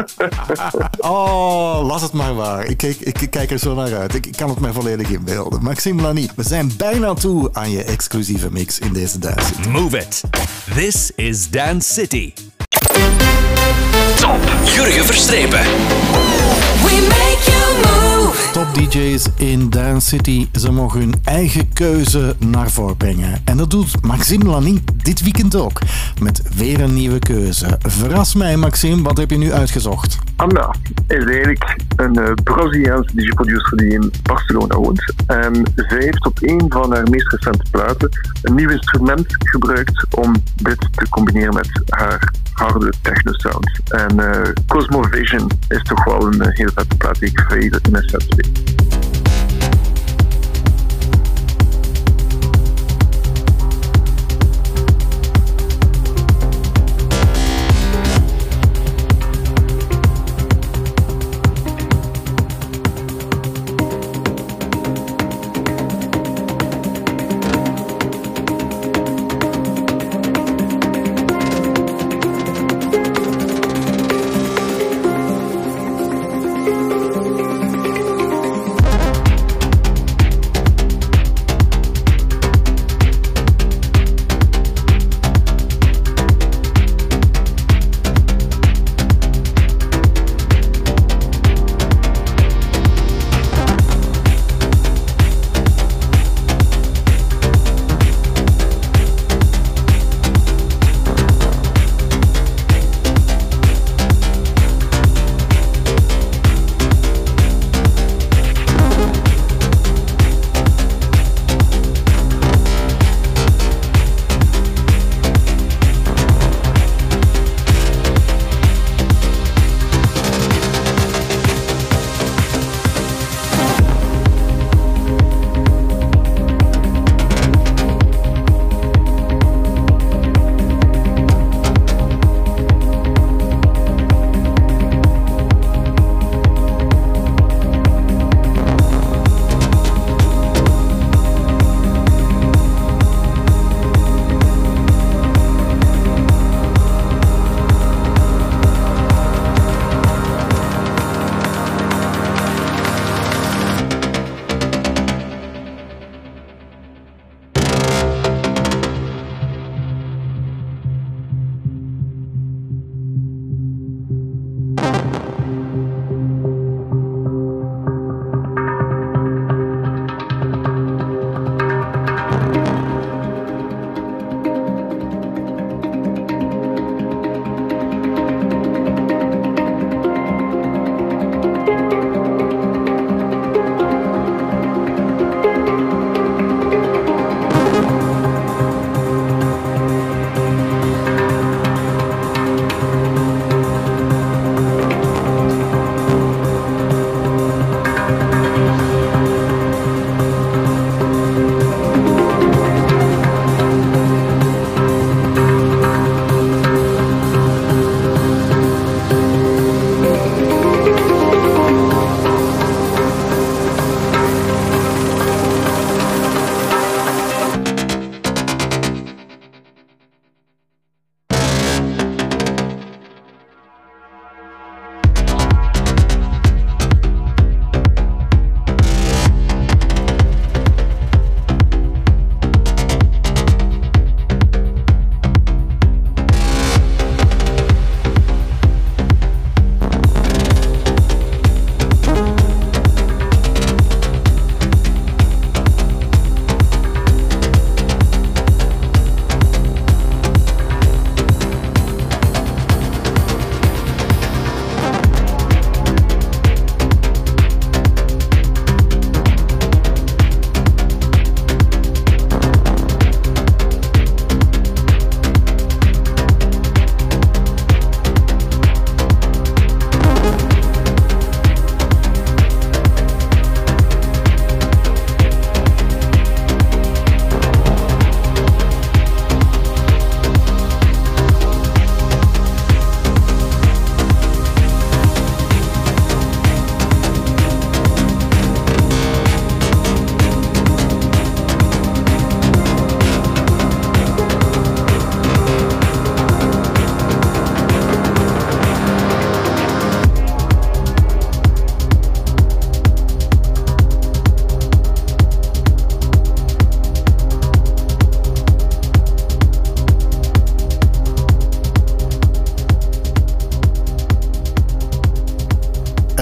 Oh, las het maar waar. Ik, kijk, ik, ik kijk er zo naar uit. Ik, ik kan het mij volledig inbeelden. Maxime Lani, we zijn bijna toe aan je exclusieve mix in deze Dance City. Move it. This is Dance City. Top Jurgen Verstrepen. We make you move. Top D J's in Dance City, ze mogen hun eigen keuze naar voren brengen. En dat doet Maxime Lani dit weekend ook. Met weer een nieuwe keuze. Verras mij, Maxime, wat heb je nu uitgezocht? Anna is eigenlijk een uh, Braziliaanse D J-producer die in Barcelona woont. En zij heeft op een van haar meest recente platen een nieuw instrument gebruikt om dit te combineren met haar harde techno-sound. En uh, Cosmovision is toch wel een uh, heel vette plaat die ik veel in mijn set speel.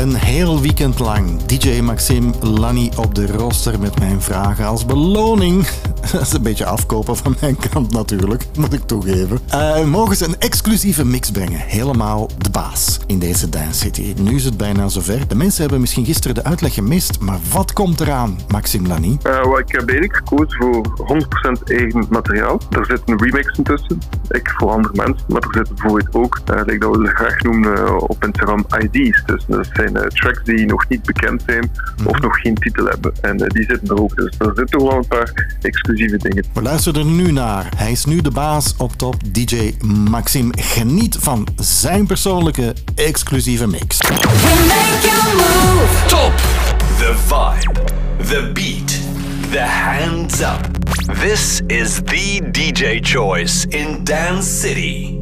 Een heel weekend lang D J Maxime Lany op de rooster met mijn vragen als beloning. Dat is een beetje afkopen van mijn kant natuurlijk, moet ik toegeven. Uh, mogen ze een exclusieve mix brengen. Helemaal de baas in deze Dance City. Nu is het bijna zover. De mensen hebben misschien gisteren de uitleg gemist, maar wat komt eraan, Maxime Lany? Uh, well, ik heb eigenlijk gekozen voor honderd procent eigen materiaal. Er zitten remixen tussen. Ik voor andere mensen, maar er zitten bijvoorbeeld ook, uh, like dat we graag noemen uh, op Instagram, I D's. Dus dat zijn uh, tracks die nog niet bekend zijn mm-hmm. of nog geen titel hebben. En uh, die zitten er ook. Dus er zitten toch wel een paar exclusieve dingen. We luisteren er nu naar. Hij is nu de baas op top. D J Maxime, geniet van zijn persoonlijke exclusieve mix. We make you move. Top. The vibe. The beat. The hands up. This is the D J choice in Dance City.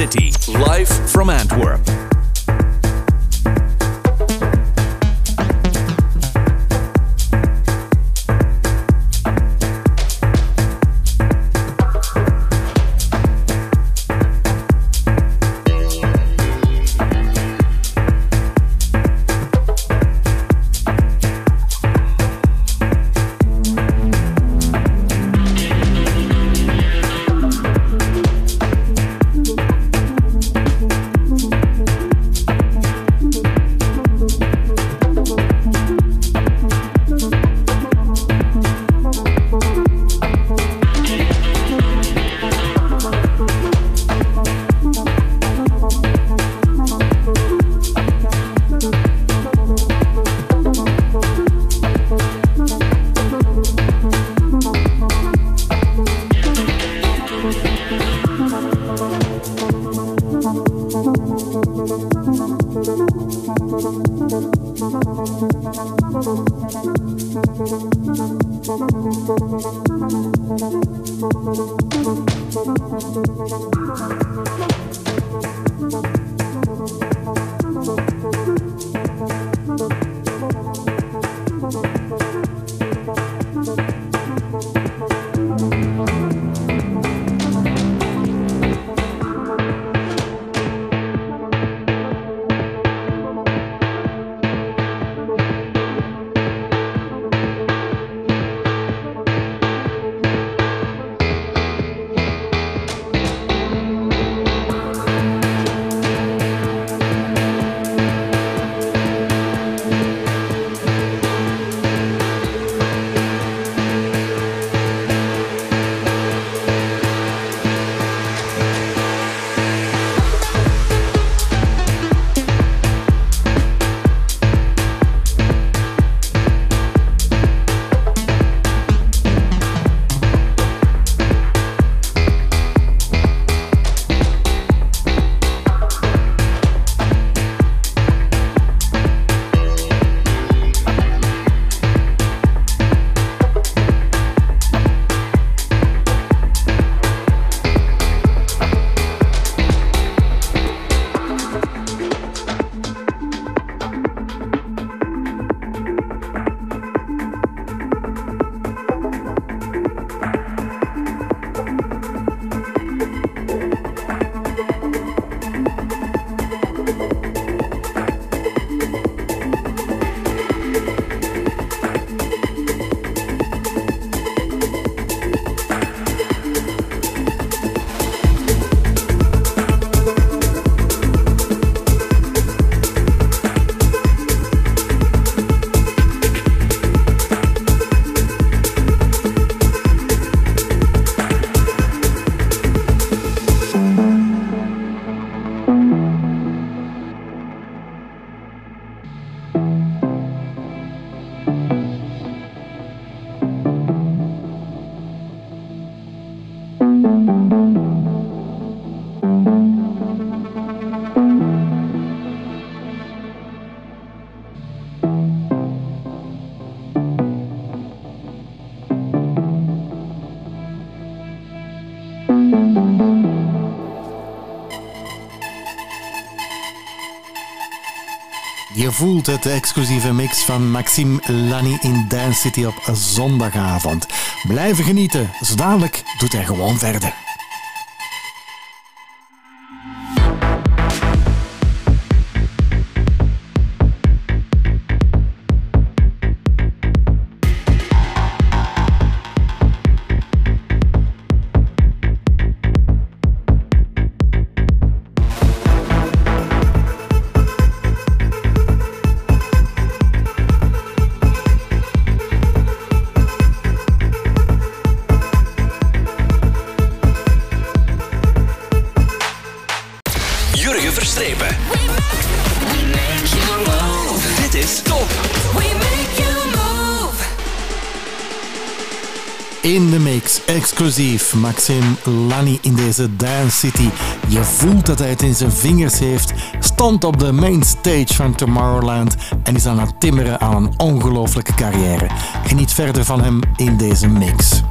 City, live from Antwerp. Je voelt het, de exclusieve mix van Maxime Lany in Dance City op zondagavond. Blijven genieten, zo dadelijk doet hij gewoon verder. In de mix, exclusief Maxime Lany in deze Dance City. Je voelt dat hij het in zijn vingers heeft. Stond op de main stage van Tomorrowland en is aan het timmeren aan een ongelooflijke carrière. Geniet verder van hem in deze mix.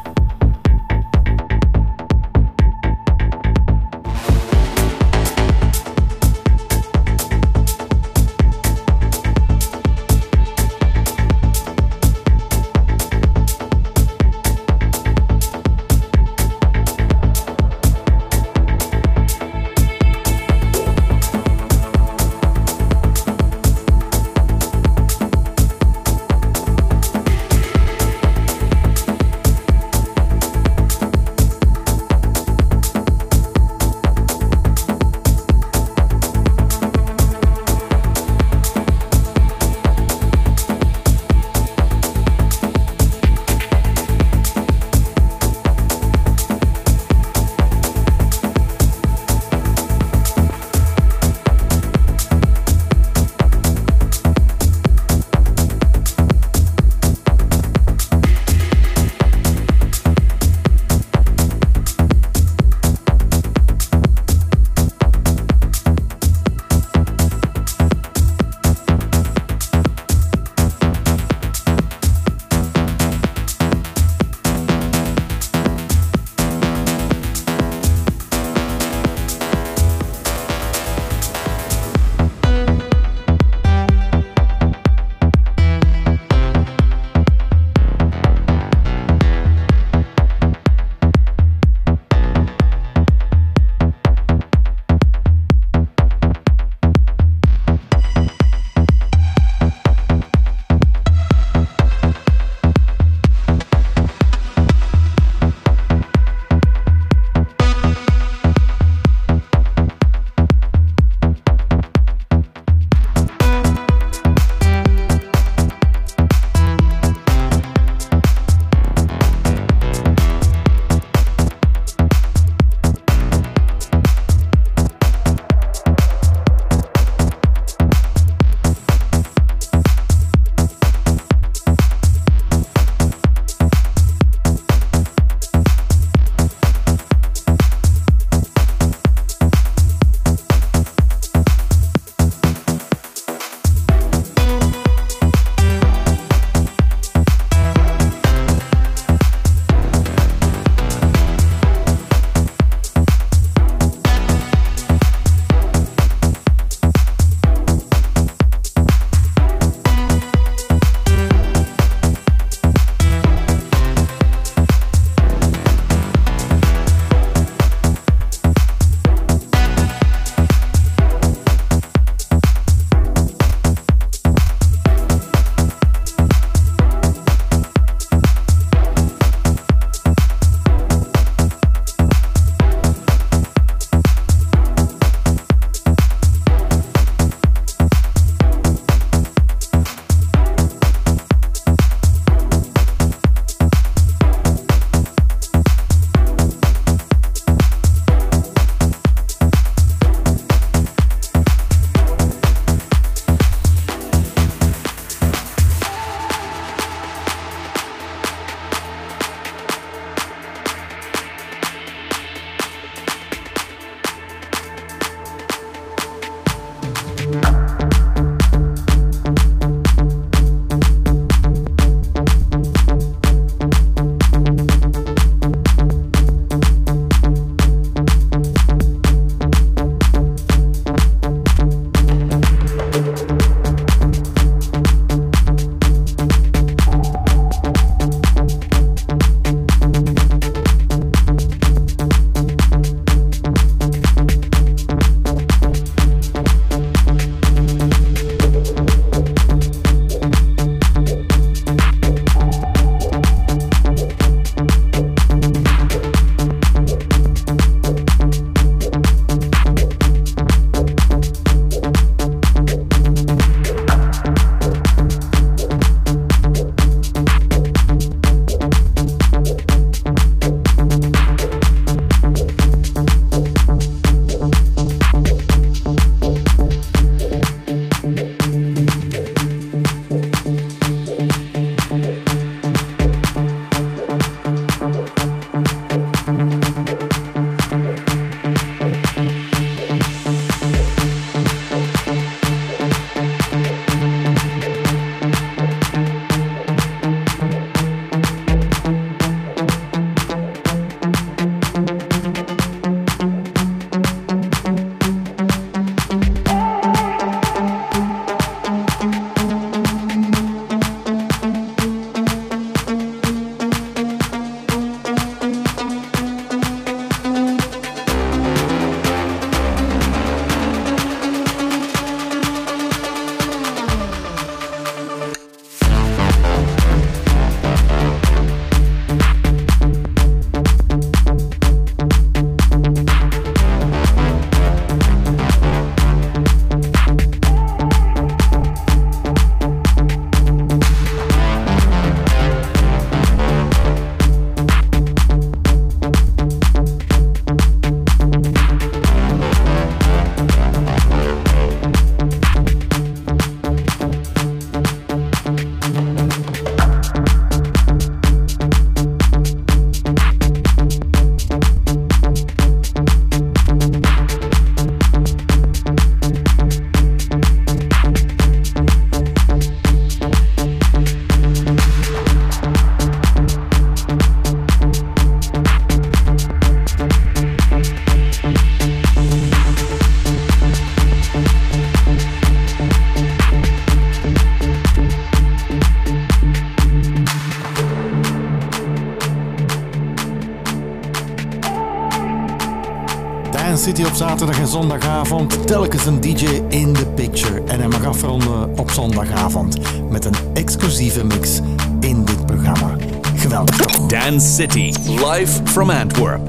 Dance City op zaterdag en zondagavond. Telkens een D J in the picture. En hij mag afronden op zondagavond met een exclusieve mix in dit programma. Geweldig toch? Dance City, live from Antwerp.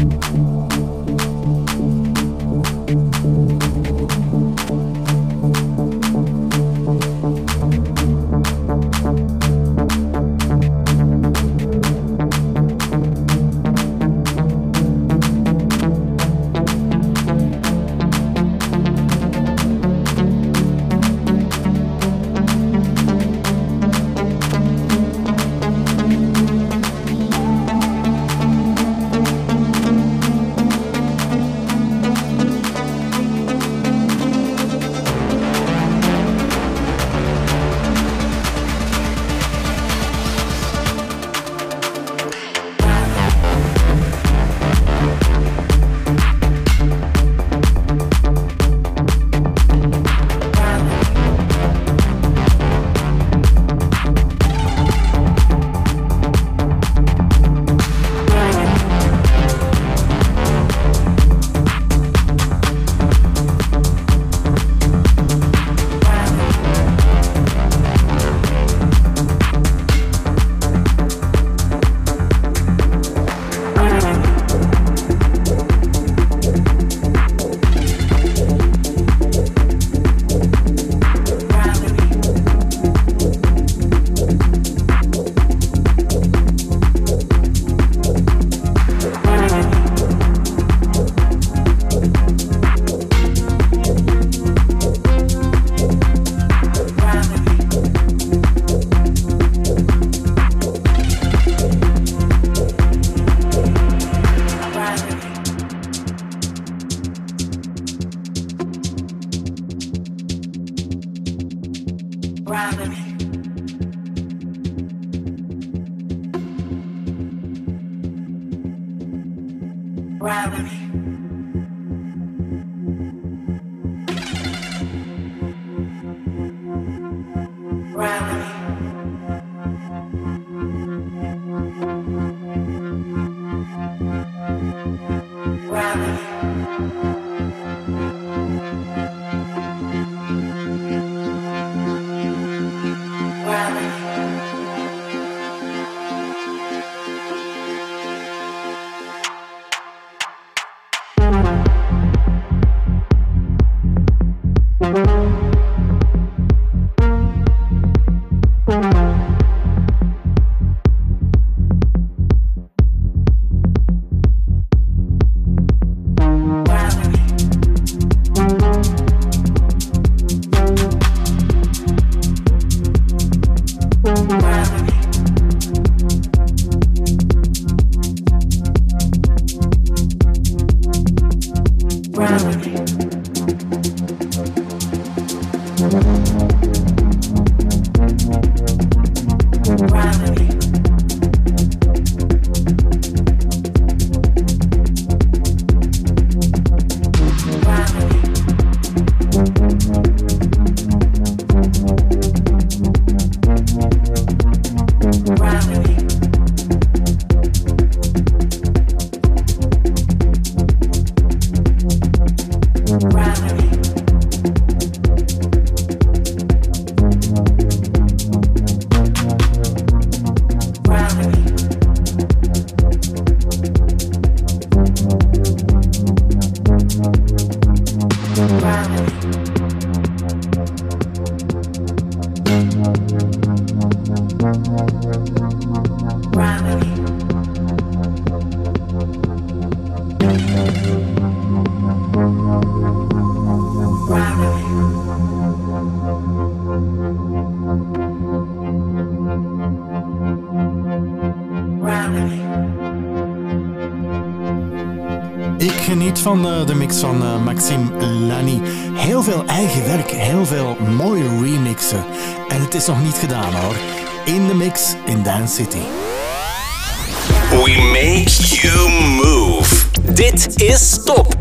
Ik geniet van uh, de mix van uh, Maxime Lani. Heel veel eigen werk, heel veel mooie remixen. En het is nog niet gedaan hoor. In de mix in Dance City. We make you move. Dit is Top.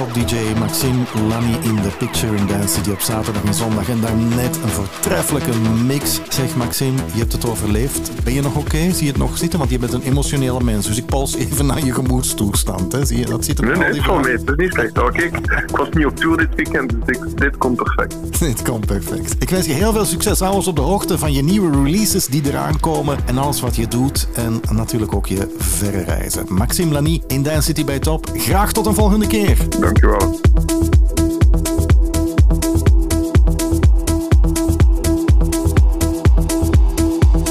Top D J Maxime Lany in the Picture in Dance City op zaterdag en zondag. En daarnet een voortreffelijke mix. Zeg Maxime, je hebt het overleefd. Ben je nog oké? Okay? Zie je het nog zitten? Want je bent een emotionele mens. Dus ik pols even naar je gemoedstoestand. Hè? Zie je, dat zit er nee, nee, al het is wel mee. Het is niet slecht. Oh, kijk, ik was niet op tour dit weekend, dus ik, dit komt perfect. Dit komt perfect. Ik wens je heel veel succes. Hou ons op de hoogte van je nieuwe releases die eraan komen. En alles wat je doet. En natuurlijk ook je verre reizen. Maxime Lany in Dance City bij Top. Graag tot een volgende keer. Dankjewel.